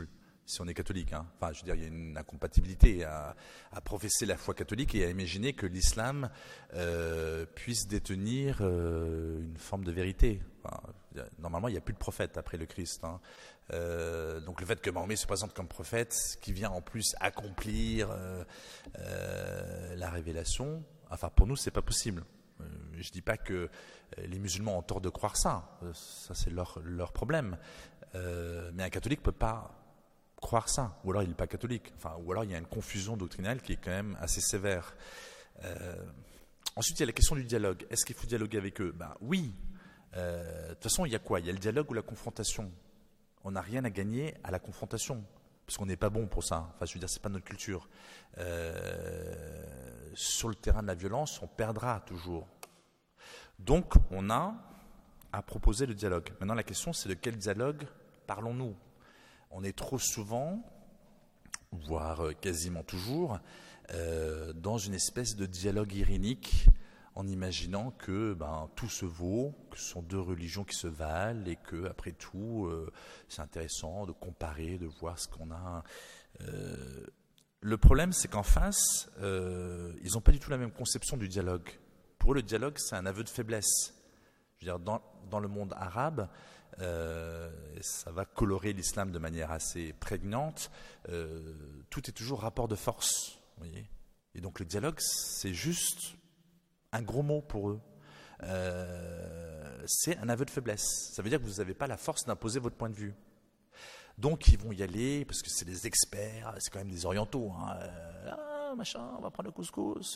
[SPEAKER 2] si on est catholique. Hein. Enfin, je veux dire, il y a une incompatibilité à, à professer la foi catholique et à imaginer que l'islam euh, puisse détenir euh, une forme de vérité. Enfin, normalement, il n'y a plus de prophète après le Christ. Hein. Euh, donc le fait que Mahomet se présente comme prophète, qui vient en plus accomplir euh, euh, la révélation, enfin pour nous, c'est pas possible. Euh, je dis pas que les musulmans ont tort de croire ça. Ça, c'est leur, leur problème. Euh, mais un catholique peut pas croire ça, ou alors il n'est pas catholique, enfin, ou alors il y a une confusion doctrinale qui est quand même assez sévère. Euh, ensuite, il y a la question du dialogue. Est-ce qu'il faut dialoguer avec eux? Ben oui. Euh, de toute façon, il y a quoi? Il y a le dialogue ou la confrontation. On n'a rien à gagner à la confrontation, parce qu'on n'est pas bon pour ça. Enfin, je veux dire, c'est pas notre culture. Euh, sur le terrain de la violence, on perdra toujours. Donc, on a à proposer le dialogue. Maintenant, la question, c'est de quel dialogue parlons-nous? On est trop souvent, voire quasiment toujours, euh, dans une espèce de dialogue irénique, en imaginant que ben, tout se vaut, que ce sont deux religions qui se valent, et que après tout, euh, c'est intéressant de comparer, de voir ce qu'on a. Euh, le problème, c'est qu'en face, euh, ils n'ont pas du tout la même conception du dialogue. Pour eux, le dialogue, c'est un aveu de faiblesse. Je veux dire, dans, dans le monde arabe, Euh, ça va colorer l'islam de manière assez prégnante. Euh, tout est toujours rapport de force, vous voyez. Et donc le dialogue, c'est juste un gros mot pour eux. Euh, c'est un aveu de faiblesse. Ça veut dire que vous n'avez pas la force d'imposer votre point de vue. Donc ils vont y aller parce que c'est des experts, c'est quand même des orientaux. Hein. Euh, ah, machin, on va prendre le couscous.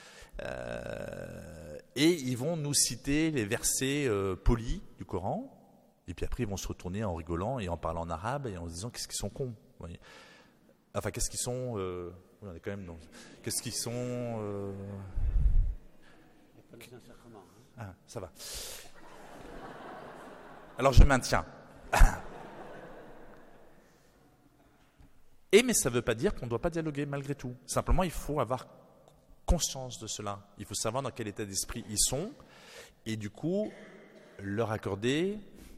[SPEAKER 2] Euh, et ils vont nous citer les versets euh, polis du Coran. Et puis après, ils vont se retourner en rigolant et en parlant en arabe et en se disant qu'est-ce qu'ils sont cons. Vous voyez. Enfin, qu'est-ce qu'ils sont. Euh, on est quand même. Non. Qu'est-ce qu'ils sont. Euh... Ah, ça va. Alors, je maintiens. Et mais ça ne veut pas dire qu'on ne doit pas dialoguer malgré tout. Simplement, il faut avoir conscience de cela. Il faut savoir dans quel état d'esprit ils sont et du coup, leur accorder.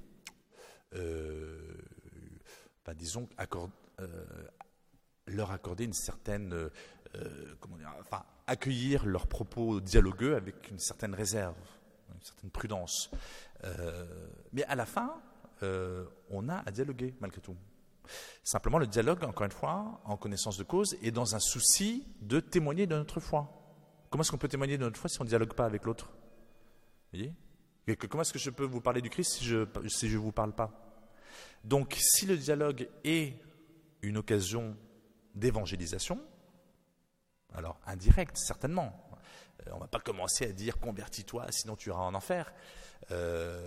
[SPEAKER 2] Euh, ben disons, accorde, euh, leur accorder une certaine, euh, comment dire, enfin, accueillir leurs propos dialogueux avec une certaine réserve, une certaine prudence. Euh, mais à la fin, euh, on a à dialoguer malgré tout. Simplement, le dialogue, encore une fois, en connaissance de cause, est dans un souci de témoigner de notre foi. Comment est-ce qu'on peut témoigner de notre foi si on ne dialogue pas avec l'autre? Vous voyez? Et que, comment est-ce que je peux vous parler du Christ si je ne si je vous parle pas? Donc, si le dialogue est une occasion d'évangélisation, alors indirect, certainement. Euh, on ne va pas commencer à dire « convertis-toi, sinon tu iras en enfer euh, ».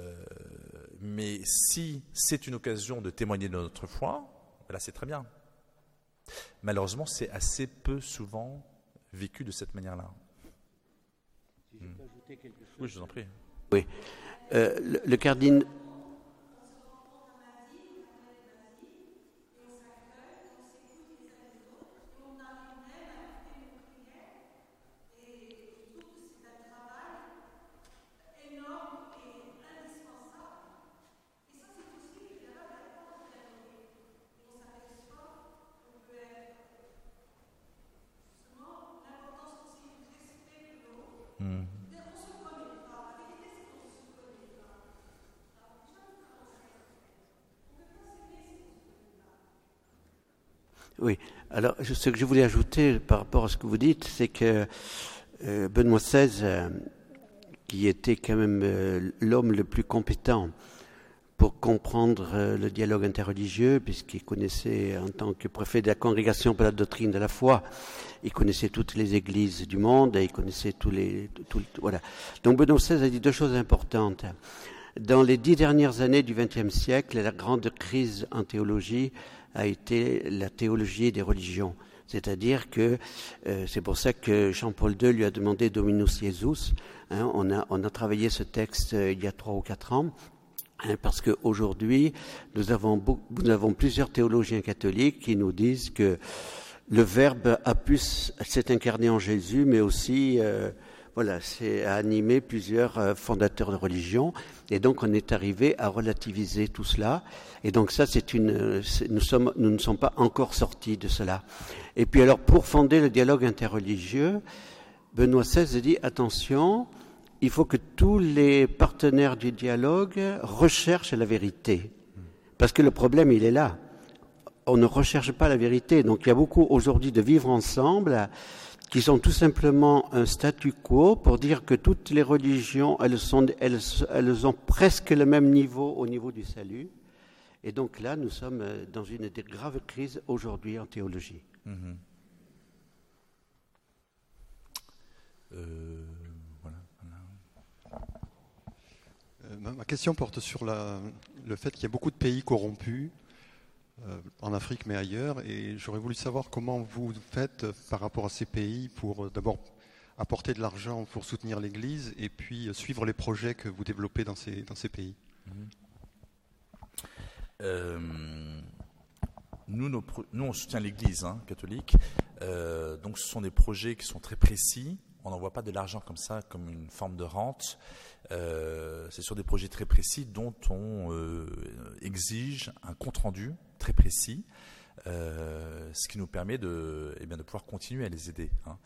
[SPEAKER 2] Mais si c'est une occasion de témoigner de notre foi, là c'est très bien. Malheureusement, c'est assez peu souvent vécu de cette manière-là. Si je peux ajouter quelque chose. Oui, je vous en prie.
[SPEAKER 1] Oui. Euh, le, le cardinal... Oui, alors ce que je voulais ajouter par rapport à ce que vous dites, c'est que euh, Benoît seize, euh, qui était quand même euh, l'homme le plus compétent pour comprendre euh, le dialogue interreligieux, puisqu'il connaissait, en tant que préfet de la congrégation pour la doctrine de la foi, il connaissait toutes les églises du monde, et il connaissait tous les... Tout, tout, voilà. Donc Benoît seize a dit deux choses importantes. Dans les dix dernières années du vingtième siècle, la grande crise en théologie a été la théologie des religions. C'est-à-dire que euh, c'est pour ça que Jean-Paul deux lui a demandé Dominus Jesus. Hein, on a on a travaillé ce texte euh, il y a trois ou quatre ans, hein, parce qu'aujourd'hui nous avons beaucoup, nous avons plusieurs théologiens catholiques qui nous disent que le Verbe a pu s'est incarné en Jésus, mais aussi euh, voilà, c'est a animé plusieurs euh, fondateurs de religion, et donc on est arrivé à relativiser tout cela. Et donc ça, c'est une, c'est, nous sommes, nous ne sommes pas encore sortis de cela. Et puis alors, pour fonder le dialogue interreligieux, Benoît seize a dit attention, il faut que tous les partenaires du dialogue recherchent la vérité, parce que le problème, il est là. On ne recherche pas la vérité. Donc il y a beaucoup aujourd'hui de vivre ensemble qui sont tout simplement un statu quo pour dire que toutes les religions, elles, sont, elles, elles ont presque le même niveau au niveau du salut. Et donc là, nous sommes dans une des graves crises aujourd'hui en théologie.
[SPEAKER 2] Mmh. Euh, voilà, voilà.
[SPEAKER 6] Euh, ma, ma question porte sur la, le fait qu'il y a beaucoup de pays corrompus, Euh, en Afrique mais ailleurs, et j'aurais voulu savoir comment vous faites par rapport à ces pays pour euh, d'abord apporter de l'argent pour soutenir l'Église et puis euh, suivre les projets que vous développez dans ces, dans ces pays.
[SPEAKER 2] Mmh. Euh, nous, nos pro- nous, on soutient l'Église hein, catholique, euh, donc ce sont des projets qui sont très précis. On n'envoie pas de l'argent comme ça, comme une forme de rente. Euh, c'est sur des projets très précis dont on euh, exige un compte-rendu très précis, euh, ce qui nous permet de, eh bien, de pouvoir continuer à les aider. Hein.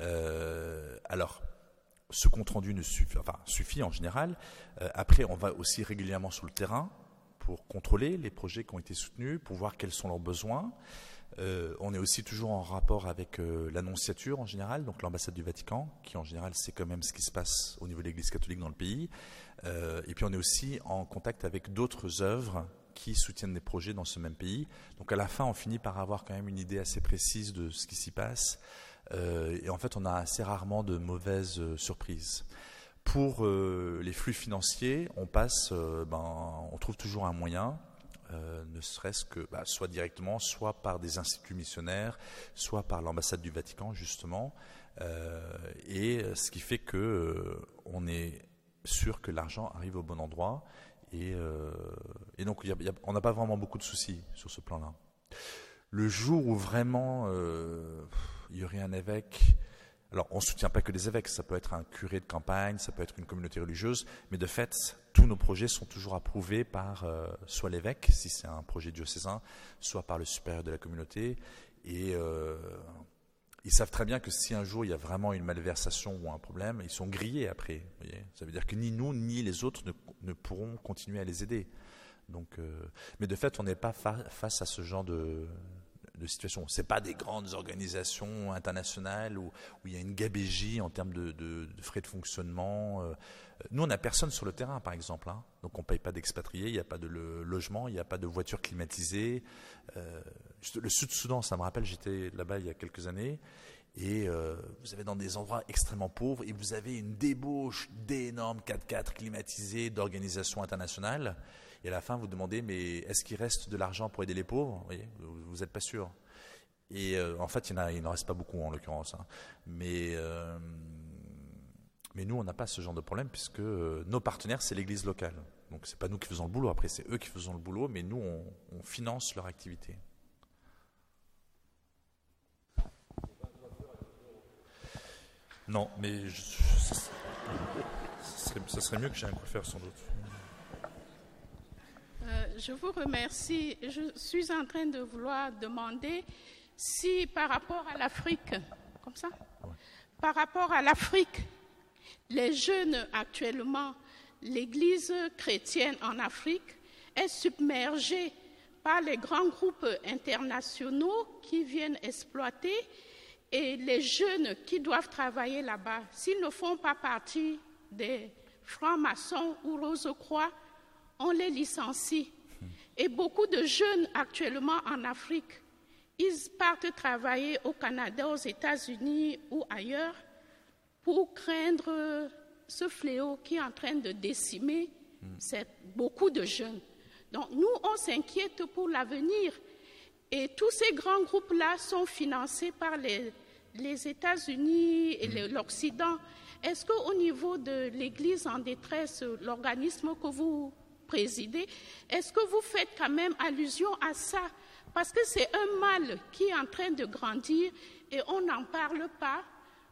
[SPEAKER 2] Euh, alors, ce compte-rendu ne suffit, enfin, suffit en général. Euh, après, on va aussi régulièrement sur le terrain pour contrôler les projets qui ont été soutenus, pour voir quels sont leurs besoins. Euh, on est aussi toujours en rapport avec euh, l'annonciature en général, donc l'ambassade du Vatican, qui en général sait quand même ce qui se passe au niveau de l'Église catholique dans le pays. Euh, et puis on est aussi en contact avec d'autres œuvres qui soutiennent des projets dans ce même pays. Donc à la fin, on finit par avoir quand même une idée assez précise de ce qui s'y passe. Euh, et en fait, on a assez rarement de mauvaises euh, surprises. Pour euh, les flux financiers, on passe, euh, ben, on trouve toujours un moyen. Euh, ne serait-ce que bah, soit directement, soit par des instituts missionnaires, soit par l'ambassade du Vatican justement, euh, et ce qui fait que euh, on est sûr que l'argent arrive au bon endroit, et, euh, et donc y a, y a, on n'a pas vraiment beaucoup de soucis sur ce plan-là. Le jour où vraiment euh, il y aurait un évêque, alors on ne soutient pas que les évêques, ça peut être un curé de campagne, ça peut être une communauté religieuse, mais de fait, tous nos projets sont toujours approuvés par euh, soit l'évêque, si c'est un projet diocésain, soit par le supérieur de la communauté. Et euh, ils savent très bien que si un jour il y a vraiment une malversation ou un problème, ils sont grillés après. Vous voyez, ça veut dire que ni nous ni les autres ne, ne pourront continuer à les aider. Donc, euh, mais de fait, on n'est pas fa- face à ce genre de, de situation. Ce n'est pas des grandes organisations internationales où, où il y a une gabégie en termes de, de, de frais de fonctionnement. Euh, Nous, on n'a personne sur le terrain, par exemple. Hein. Donc, on ne paye pas d'expatriés, il n'y a pas de le, logement, il n'y a pas de voiture climatisée. Euh, le Sud-Soudan, ça me rappelle, j'étais là-bas il y a quelques années. Et euh, vous avez dans des endroits extrêmement pauvres et vous avez une débauche d'énormes quatre-quatre climatisés d'organisations internationales. Et à la fin, vous demandez, mais est-ce qu'il reste de l'argent pour aider les pauvres ? Vous voyez, vous n'êtes pas sûr. Et euh, en fait, il, il n'en reste pas beaucoup, en l'occurrence. Hein. Mais... Euh, Mais nous, on n'a pas ce genre de problème puisque euh, nos partenaires, c'est l'Église locale. Donc, ce n'est pas nous qui faisons le boulot. Après, c'est eux qui faisons le boulot, mais nous, on, on finance leur activité. Non, mais je, ça, serait, ça serait mieux que j'aie un coiffeur, sans doute.
[SPEAKER 7] Euh, je vous remercie. Je suis en train de vouloir demander si, par rapport à l'Afrique, comme ça, ouais. par rapport à l'Afrique, les jeunes actuellement, l'Église chrétienne en Afrique est submergée par les grands groupes internationaux qui viennent exploiter et les jeunes qui doivent travailler là-bas, s'ils ne font pas partie des francs-maçons ou Rose-Croix, on les licencie. Et beaucoup de jeunes actuellement en Afrique, ils partent travailler au Canada, aux États-Unis ou ailleurs pour craindre ce fléau qui est en train de décimer beaucoup de jeunes. Donc nous, on s'inquiète pour l'avenir. Et tous ces grands groupes-là sont financés par les, les États-Unis et le, l'Occident. Est-ce qu'au niveau de l'Église en détresse, l'organisme que vous présidez, est-ce que vous faites quand même allusion à ça? Parce que c'est un mal qui est en train de grandir et on n'en parle pas.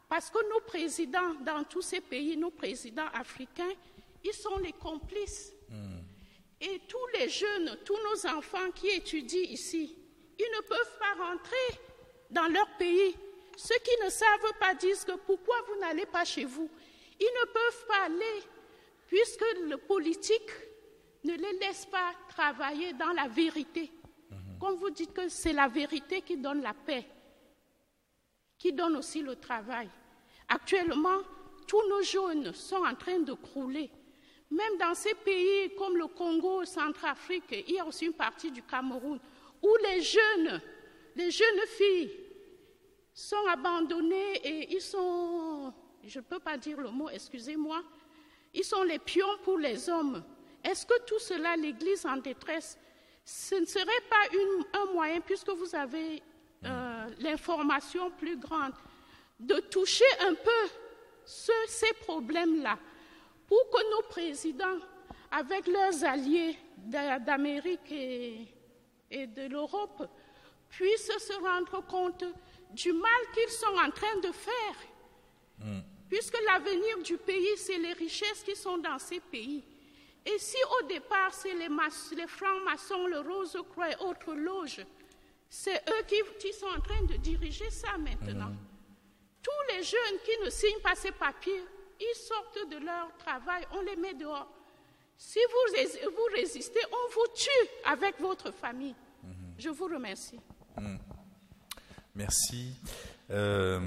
[SPEAKER 7] Parce que nos présidents, dans tous ces pays, nos présidents africains, ils sont les complices. Mm. Et tous les jeunes, tous nos enfants qui étudient ici, ils ne peuvent pas rentrer dans leur pays. Ceux qui ne savent pas disent que pourquoi vous n'allez pas chez vous. Ils ne peuvent pas aller puisque le politique ne les laisse pas travailler dans la vérité. Mm-hmm. Comme vous dites que c'est la vérité qui donne la paix, qui donne aussi le travail. Actuellement, tous nos jeunes sont en train de crouler. Même dans ces pays comme le Congo, Centrafrique, il y a aussi une partie du Cameroun, où les jeunes, les jeunes filles sont abandonnées et ils sont, je ne peux pas dire le mot, excusez-moi, ils sont les pions pour les hommes. Est-ce que tout cela, l'Église en détresse, ce ne serait pas une, un moyen, puisque vous avez euh, l'information plus grande, de toucher un peu ce, ces problèmes-là, pour que nos présidents, avec leurs alliés d'Amérique et, et de l'Europe, puissent se rendre compte du mal qu'ils sont en train de faire. Mm. Puisque l'avenir du pays, c'est les richesses qui sont dans ces pays. Et si au départ, c'est les, les francs-maçons, le Rose-Croix et autres loges, c'est eux qui, qui sont en train de diriger ça maintenant. Mm. Tous les jeunes qui ne signent pas ces papiers, ils sortent de leur travail, on les met dehors. Si vous, vous résistez, on vous tue avec votre famille. Mm-hmm. Je vous remercie.
[SPEAKER 2] Mm. Merci. Euh,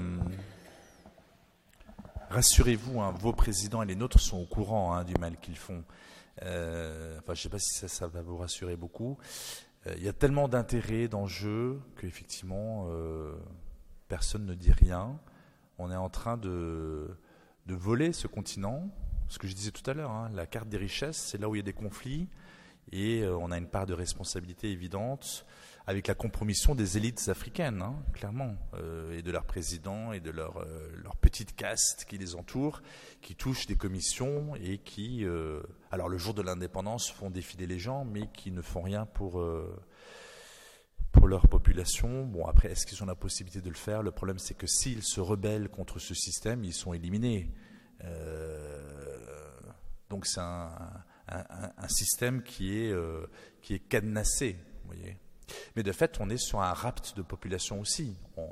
[SPEAKER 2] rassurez-vous, hein, vos présidents et les nôtres sont au courant hein, du mal qu'ils font. Euh, enfin, je ne sais pas si ça, ça va vous rassurer beaucoup. Euh, il y a tellement d'intérêts, d'enjeux, qu'effectivement, euh, personne ne dit rien. On est en train de... de voler ce continent, ce que je disais tout à l'heure, hein, la carte des richesses, c'est là où il y a des conflits, et euh, on a une part de responsabilité évidente avec la compromission des élites africaines, hein, clairement, euh, et de leurs présidents et de leur, euh, leur petite caste qui les entoure, qui touchent des commissions et qui, euh, alors le jour de l'indépendance, font défiler les gens, mais qui ne font rien pour... Euh, pour leur population. Bon, après, est-ce qu'ils ont la possibilité de le faire? Le problème, c'est que s'ils se rebellent contre ce système, ils sont éliminés. Euh, donc, c'est un, un, un système qui est, euh, qui est cadenassé, vous voyez. Mais de fait, on est sur un rapt de population aussi. On,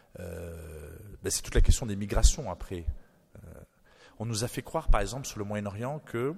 [SPEAKER 2] euh, ben c'est toute la question des migrations, après. Euh, on nous a fait croire, par exemple, sur le Moyen-Orient, que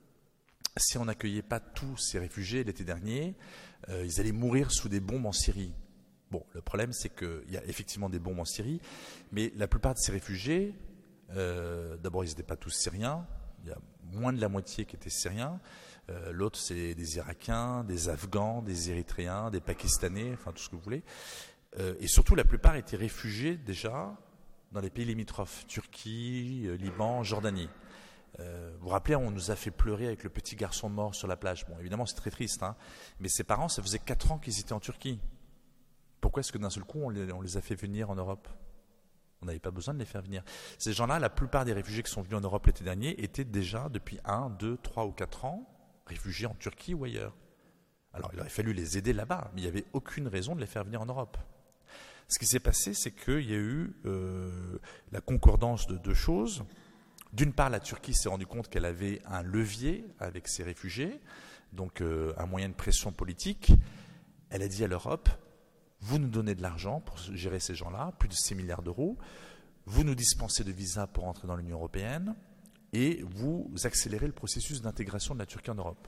[SPEAKER 2] si on n'accueillait pas tous ces réfugiés l'été dernier, euh, ils allaient mourir sous des bombes en Syrie. Bon, le problème, c'est qu'il y a effectivement des bombes en Syrie, mais la plupart de ces réfugiés, euh, d'abord, ils n'étaient pas tous syriens, il y a moins de la moitié qui étaient syriens, euh, l'autre, c'est des Irakiens, des Afghans, des Érythréens, des Pakistanais, enfin tout ce que vous voulez, euh, et surtout, la plupart étaient réfugiés déjà dans les pays limitrophes, Turquie, euh, Liban, Jordanie. Euh, vous vous rappelez, on nous a fait pleurer avec le petit garçon mort sur la plage. Bon, évidemment, c'est très triste, hein, mais ses parents, ça faisait quatre ans qu'ils étaient en Turquie. Pourquoi est-ce que d'un seul coup, on les, on les a fait venir en Europe? On n'avait pas besoin de les faire venir. Ces gens-là, la plupart des réfugiés qui sont venus en Europe l'été dernier étaient déjà, depuis un, deux, trois ou quatre ans, réfugiés en Turquie ou ailleurs. Alors, il aurait fallu les aider là-bas, mais il n'y avait aucune raison de les faire venir en Europe. Ce qui s'est passé, c'est qu'il y a eu euh, la concordance de deux choses. D'une part, la Turquie s'est rendue compte qu'elle avait un levier avec ses réfugiés, donc euh, un moyen de pression politique. Elle a dit à l'Europe, vous nous donnez de l'argent pour gérer ces gens-là, plus de six milliards d'euros, vous nous dispensez de visas pour entrer dans l'Union européenne, et vous accélérez le processus d'intégration de la Turquie en Europe.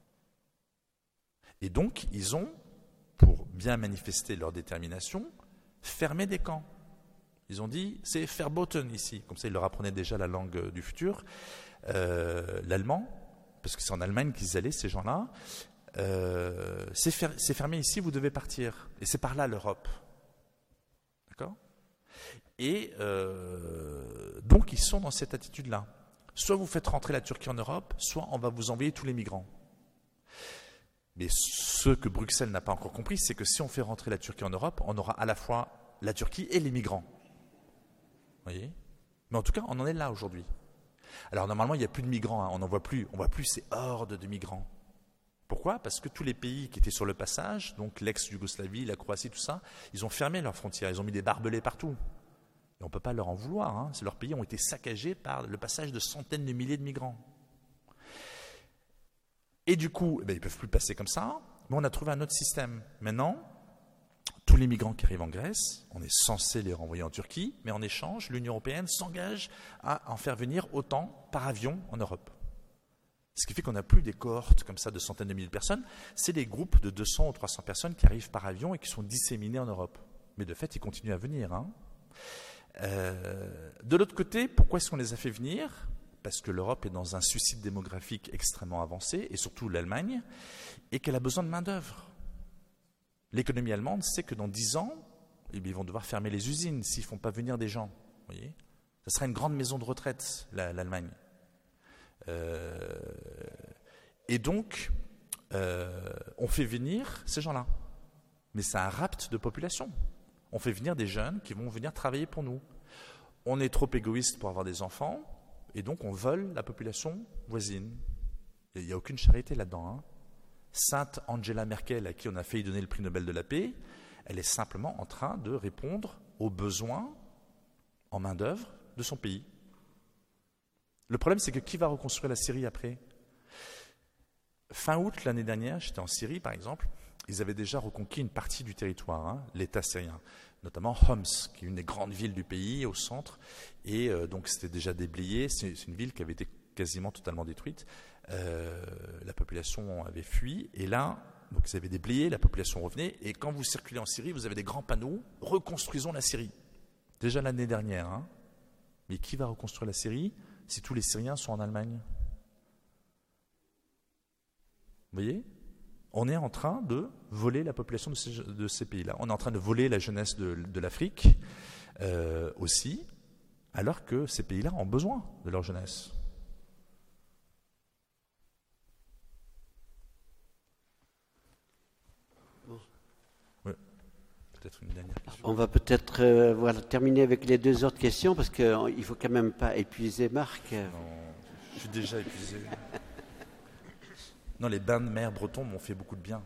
[SPEAKER 2] Et donc, ils ont, pour bien manifester leur détermination, fermé des camps. Ils ont dit, c'est verboten ici. Comme ça, ils leur apprenaient déjà la langue du futur, euh, l'allemand, parce que c'est en Allemagne qu'ils allaient, ces gens-là. Euh, c'est, fer- c'est fermé ici, vous devez partir. Et c'est par là l'Europe. D'accord ? Et euh, donc, ils sont dans cette attitude-là. Soit vous faites rentrer la Turquie en Europe, soit on va vous envoyer tous les migrants. Mais ce que Bruxelles n'a pas encore compris, c'est que si on fait rentrer la Turquie en Europe, on aura à la fois la Turquie et les migrants. Vous voyez ? Mais en tout cas, on en est là aujourd'hui. Alors normalement, il n'y a plus de migrants, hein. On n'en voit plus. On ne voit plus ces hordes de migrants. Pourquoi ? Parce que tous les pays qui étaient sur le passage, donc l'ex-Yougoslavie, la Croatie, tout ça, ils ont fermé leurs frontières, ils ont mis des barbelés partout. Et on ne peut pas leur en vouloir. Hein. Leurs pays ont été saccagés par le passage de centaines de milliers de migrants. Et du coup, eh bien, ils ne peuvent plus passer comme ça, mais on a trouvé un autre système. Maintenant, tous les migrants qui arrivent en Grèce, on est censé les renvoyer en Turquie, mais en échange, l'Union européenne s'engage à en faire venir autant par avion en Europe. Ce qui fait qu'on n'a plus des cohortes comme ça de centaines de milliers de personnes, c'est des groupes de deux cents ou trois cents personnes qui arrivent par avion et qui sont disséminées en Europe. Mais de fait, ils continuent à venir. Hein. Euh, de l'autre côté, pourquoi est-ce qu'on les a fait venir ? Parce que l'Europe est dans un suicide démographique extrêmement avancé, et surtout l'Allemagne, et qu'elle a besoin de main-d'œuvre. L'économie allemande sait que dans dix ans, eh bien, ils vont devoir fermer les usines s'ils ne font pas venir des gens. Vous voyez ? Ça sera une grande maison de retraite, la, l'Allemagne. Euh, et donc, euh, on fait venir ces gens-là. Mais c'est un rapt de population. On fait venir des jeunes qui vont venir travailler pour nous. On est trop égoïste pour avoir des enfants, et donc on vole la population voisine. Il n'y a aucune charité là-dedans. Hein. Sainte Angela Merkel, à qui on a failli donner le prix Nobel de la paix, elle est simplement en train de répondre aux besoins en main-d'œuvre de son pays. Le problème, c'est que qui va reconstruire la Syrie après ? Fin août l'année dernière, j'étais en Syrie par exemple, ils avaient déjà reconquis une partie du territoire, hein, l'État syrien, notamment Homs, qui est une des grandes villes du pays, au centre, et euh, donc c'était déjà déblayé, c'est, c'est une ville qui avait été quasiment totalement détruite, euh, la population avait fui, et là, donc ils avaient déblayé, la population revenait, et quand vous circulez en Syrie, vous avez des grands panneaux, reconstruisons la Syrie, déjà l'année dernière, hein. Mais qui va reconstruire la Syrie si tous les Syriens sont en Allemagne ? Vous voyez ? On est en train de voler la population de ces, de ces pays-là. On est en train de voler la jeunesse de, de l'Afrique euh, aussi, alors que ces pays-là ont besoin de leur jeunesse.
[SPEAKER 1] Bon.
[SPEAKER 2] Oui. Peut-être une dernière question.
[SPEAKER 1] On va peut-être euh, voilà, terminer avec les deux autres questions, parce qu'il ne faut quand même pas épuiser Marc.
[SPEAKER 2] Non, je suis déjà épuisé. Non, les bains de mer bretons m'ont fait beaucoup de bien.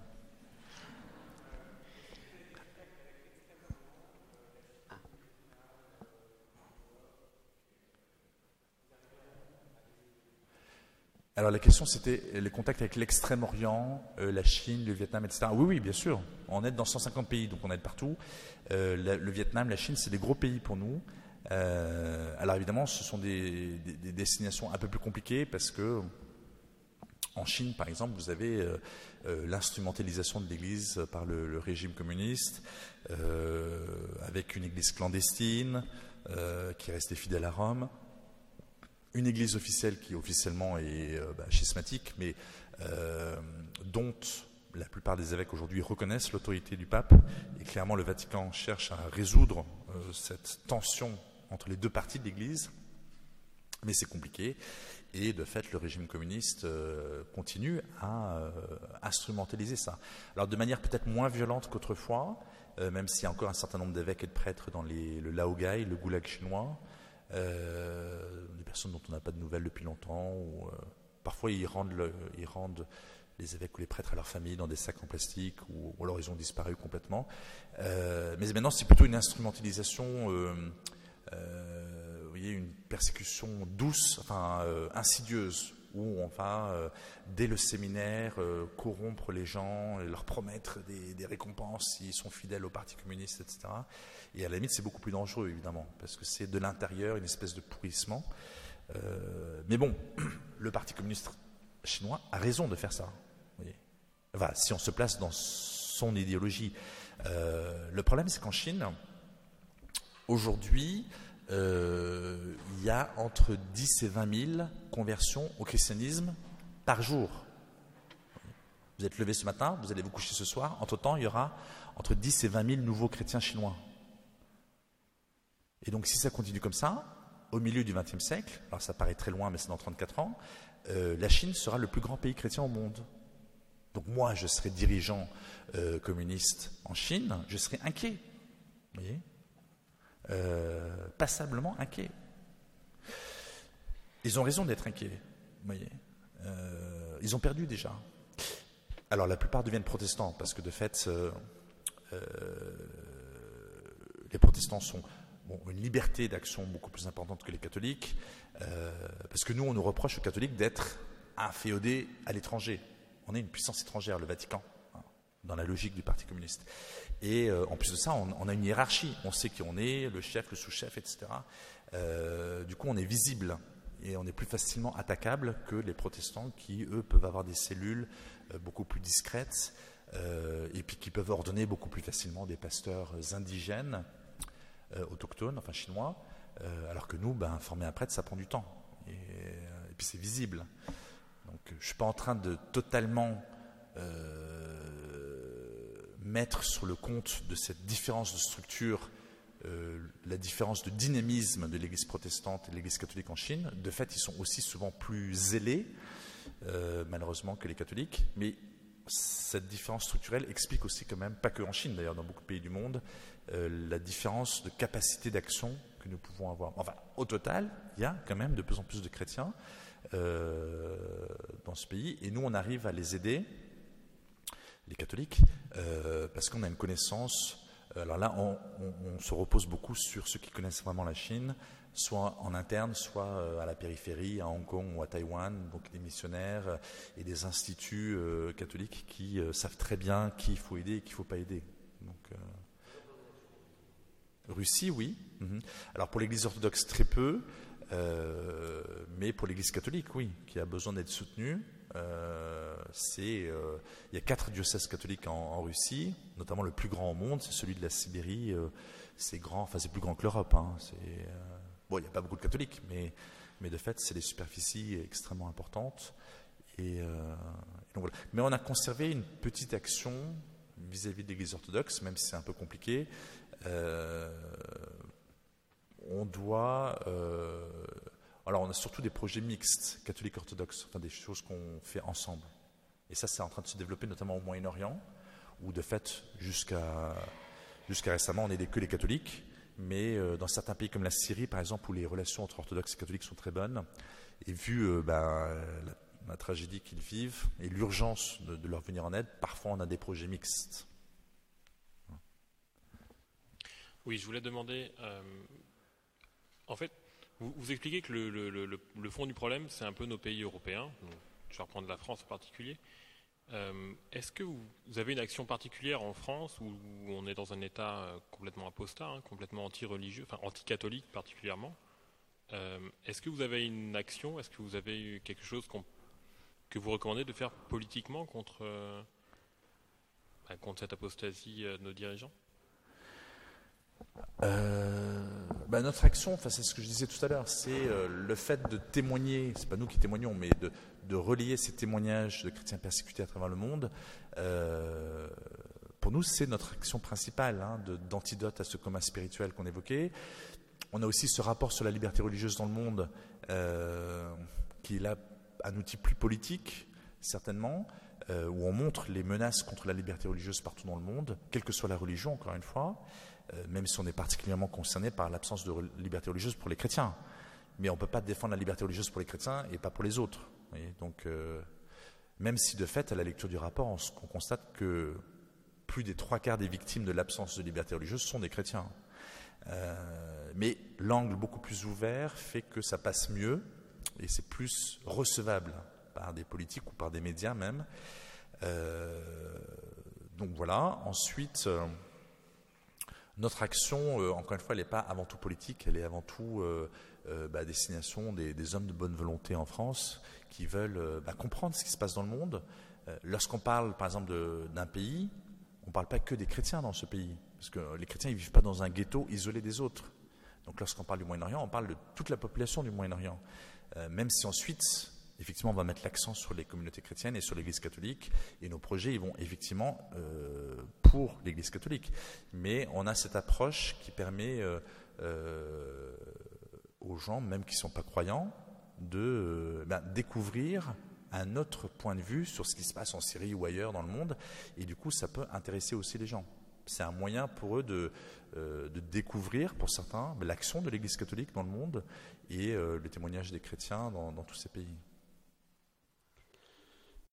[SPEAKER 2] Alors la question c'était les contacts avec l'Extrême-Orient, euh, la Chine, le Vietnam, et cetera. Oui, oui, bien sûr. On aide dans cent cinquante pays, donc on aide partout. Euh, la, le Vietnam, la Chine, c'est des gros pays pour nous. Euh, alors évidemment, ce sont des, des, des destinations un peu plus compliquées parce que en Chine, par exemple, vous avez euh, euh, l'instrumentalisation de l'Église par le, le régime communiste, euh, avec une Église clandestine euh, qui est restée fidèle à Rome, une Église officielle qui officiellement est euh, bah, schismatique, mais euh, dont la plupart des évêques aujourd'hui reconnaissent l'autorité du pape, et clairement le Vatican cherche à résoudre euh, cette tension entre les deux parties de l'Église, mais c'est compliqué. Et de fait, le régime communiste euh, continue à euh, instrumentaliser ça. Alors de manière peut-être moins violente qu'autrefois, euh, même s'il y a encore un certain nombre d'évêques et de prêtres dans les, le Laogai, le goulag chinois, euh, des personnes dont on n'a pas de nouvelles depuis longtemps, ou euh, parfois ils rendent, le, ils rendent les évêques ou les prêtres à leur famille dans des sacs en plastique, ou, ou alors ils ont disparu complètement. Euh, mais maintenant, c'est plutôt une instrumentalisation... Euh, Euh, vous voyez, une persécution douce, enfin euh, insidieuse, où on va, euh, dès le séminaire, euh, corrompre les gens et leur promettre des, des récompenses s'ils sont fidèles au Parti communiste, et cetera. Et à la limite, c'est beaucoup plus dangereux, évidemment, parce que c'est de l'intérieur une espèce de pourrissement. Euh, mais bon, le Parti communiste chinois a raison de faire ça. Vous voyez. Enfin, si on se place dans son idéologie. Euh, le problème, c'est qu'en Chine... Aujourd'hui, euh, il y a entre dix et vingt mille conversions au christianisme par jour. Vous êtes levé ce matin, vous allez vous coucher ce soir. Entre-temps, il y aura entre dix et vingt mille nouveaux chrétiens chinois. Et donc, si ça continue comme ça, au milieu du vingtième siècle, alors ça paraît très loin, mais c'est dans trente-quatre ans, euh, la Chine sera le plus grand pays chrétien au monde. Donc moi, je serai dirigeant euh, communiste en Chine, je serai inquiet. Vous voyez ? Euh, passablement inquiets. Ils ont raison d'être inquiets, vous voyez. Euh, ils ont perdu déjà. Alors la plupart deviennent protestants parce que de fait, euh, euh, les protestants sont bon, une liberté d'action beaucoup plus importante que les catholiques, euh, parce que nous, on nous reproche aux catholiques d'être inféodés à l'étranger. On est une puissance étrangère, le Vatican, hein, dans la logique du Parti communiste. Et euh, en plus de ça, on, on a une hiérarchie. On sait qui on est, le chef, le sous-chef, et cetera. Euh, du coup, on est visible et on est plus facilement attaquable que les protestants qui, eux, peuvent avoir des cellules euh, beaucoup plus discrètes euh, et puis qui peuvent ordonner beaucoup plus facilement des pasteurs indigènes, euh, autochtones, enfin chinois, euh, alors que nous, ben, former un prêtre, ça prend du temps. Et, et puis c'est visible. Donc je ne suis pas en train de totalement euh, mettre sur le compte de cette différence de structure euh, la différence de dynamisme de l'Église protestante et de l'Église catholique en Chine. De fait, ils sont aussi souvent plus zélés, euh, malheureusement, que les catholiques. Mais cette différence structurelle explique aussi quand même, pas que en Chine d'ailleurs, dans beaucoup de pays du monde, euh, la différence de capacité d'action que nous pouvons avoir. Enfin, au total, il y a quand même de plus en plus de chrétiens euh, dans ce pays, et nous on arrive à les aider, les catholiques, euh, parce qu'on a une connaissance. Alors là, on, on, on se repose beaucoup sur ceux qui connaissent vraiment la Chine, soit en interne, soit à la périphérie, à Hong Kong ou à Taïwan, donc des missionnaires et des instituts euh, catholiques qui euh, savent très bien qui il faut aider et qui il ne faut pas aider. Donc, euh... Russie, oui. Mm-hmm. Alors pour l'Église orthodoxe, très peu, euh, mais pour l'Église catholique, oui, qui a besoin d'être soutenue. Euh, c'est, euh, il y a quatre diocèses catholiques en, en Russie, notamment le plus grand au monde, c'est celui de la Sibérie. Euh, c'est grand, enfin c'est plus grand que l'Europe. Hein, c'est, euh, bon, il n'y a pas beaucoup de catholiques, mais, mais de fait, c'est des superficies extrêmement importantes. Et, euh, et donc, voilà. Mais on a conservé une petite action vis-à-vis de l'Église orthodoxe, même si c'est un peu compliqué. Euh, on doit... Euh, alors, on a surtout des projets mixtes, catholiques orthodoxes, enfin des choses qu'on fait ensemble. Et ça, c'est en train de se développer, notamment au Moyen-Orient, où de fait, jusqu'à, jusqu'à récemment, on n'aidait que les catholiques. Mais euh, dans certains pays comme la Syrie, par exemple, où les relations entre orthodoxes et catholiques sont très bonnes, et vu euh, ben, la, la tragédie qu'ils vivent et l'urgence de, de leur venir en aide, parfois on a des projets mixtes.
[SPEAKER 8] Oui, je voulais demander, euh, en fait, vous, vous expliquez que le, le, le, le fond du problème, c'est un peu nos pays européens, donc, je vais reprendre la France en particulier. Euh, est-ce que vous, vous avez une action particulière en France où, où on est dans un état euh, complètement apostat, hein, complètement anti-religieux, enfin anti-catholique particulièrement? euh, Est-ce que vous avez une action, est-ce que vous avez quelque chose qu'on, que vous recommandez de faire politiquement contre, euh, bah, contre cette apostasie euh, de nos dirigeants?
[SPEAKER 2] Euh, bah notre action, enfin, c'est ce que je disais tout à l'heure, c'est euh, le fait de témoigner, c'est pas nous qui témoignons, mais de, de relayer ces témoignages de chrétiens persécutés à travers le monde. Euh, pour nous, c'est notre action principale, hein, de, d'antidote à ce coma spirituel qu'on évoquait. On a aussi ce rapport sur la liberté religieuse dans le monde, euh, qui est là un outil plus politique, certainement, euh, où on montre les menaces contre la liberté religieuse partout dans le monde, quelle que soit la religion, encore une fois. Euh, même si on est particulièrement concerné par l'absence de re- liberté religieuse pour les chrétiens. Mais on ne peut pas défendre la liberté religieuse pour les chrétiens et pas pour les autres. Et donc, euh, même si de fait, à la lecture du rapport, on, on constate que plus des trois quarts des victimes de l'absence de liberté religieuse sont des chrétiens. Euh, mais l'angle beaucoup plus ouvert fait que ça passe mieux et c'est plus recevable par des politiques ou par des médias même. Euh, donc voilà. Ensuite... Euh, Notre action, euh, encore une fois, elle n'est pas avant tout politique, elle est avant tout euh, euh, bah, destination des, des hommes de bonne volonté en France qui veulent euh, bah, comprendre ce qui se passe dans le monde. Euh, lorsqu'on parle, par exemple, de, d'un pays, on ne parle pas que des chrétiens dans ce pays, parce que les chrétiens ne vivent pas dans un ghetto isolé des autres. Donc lorsqu'on parle du Moyen-Orient, on parle de toute la population du Moyen-Orient, euh, même si ensuite... Effectivement, on va mettre l'accent sur les communautés chrétiennes et sur l'Église catholique, et nos projets ils vont effectivement euh, pour l'Église catholique. Mais on a cette approche qui permet euh, euh, aux gens, même qui ne sont pas croyants, de euh, ben, découvrir un autre point de vue sur ce qui se passe en Syrie ou ailleurs dans le monde, et du coup, ça peut intéresser aussi les gens. C'est un moyen pour eux de, euh, de découvrir, pour certains, l'action de l'Église catholique dans le monde et euh, le témoignage des chrétiens dans, dans tous ces pays.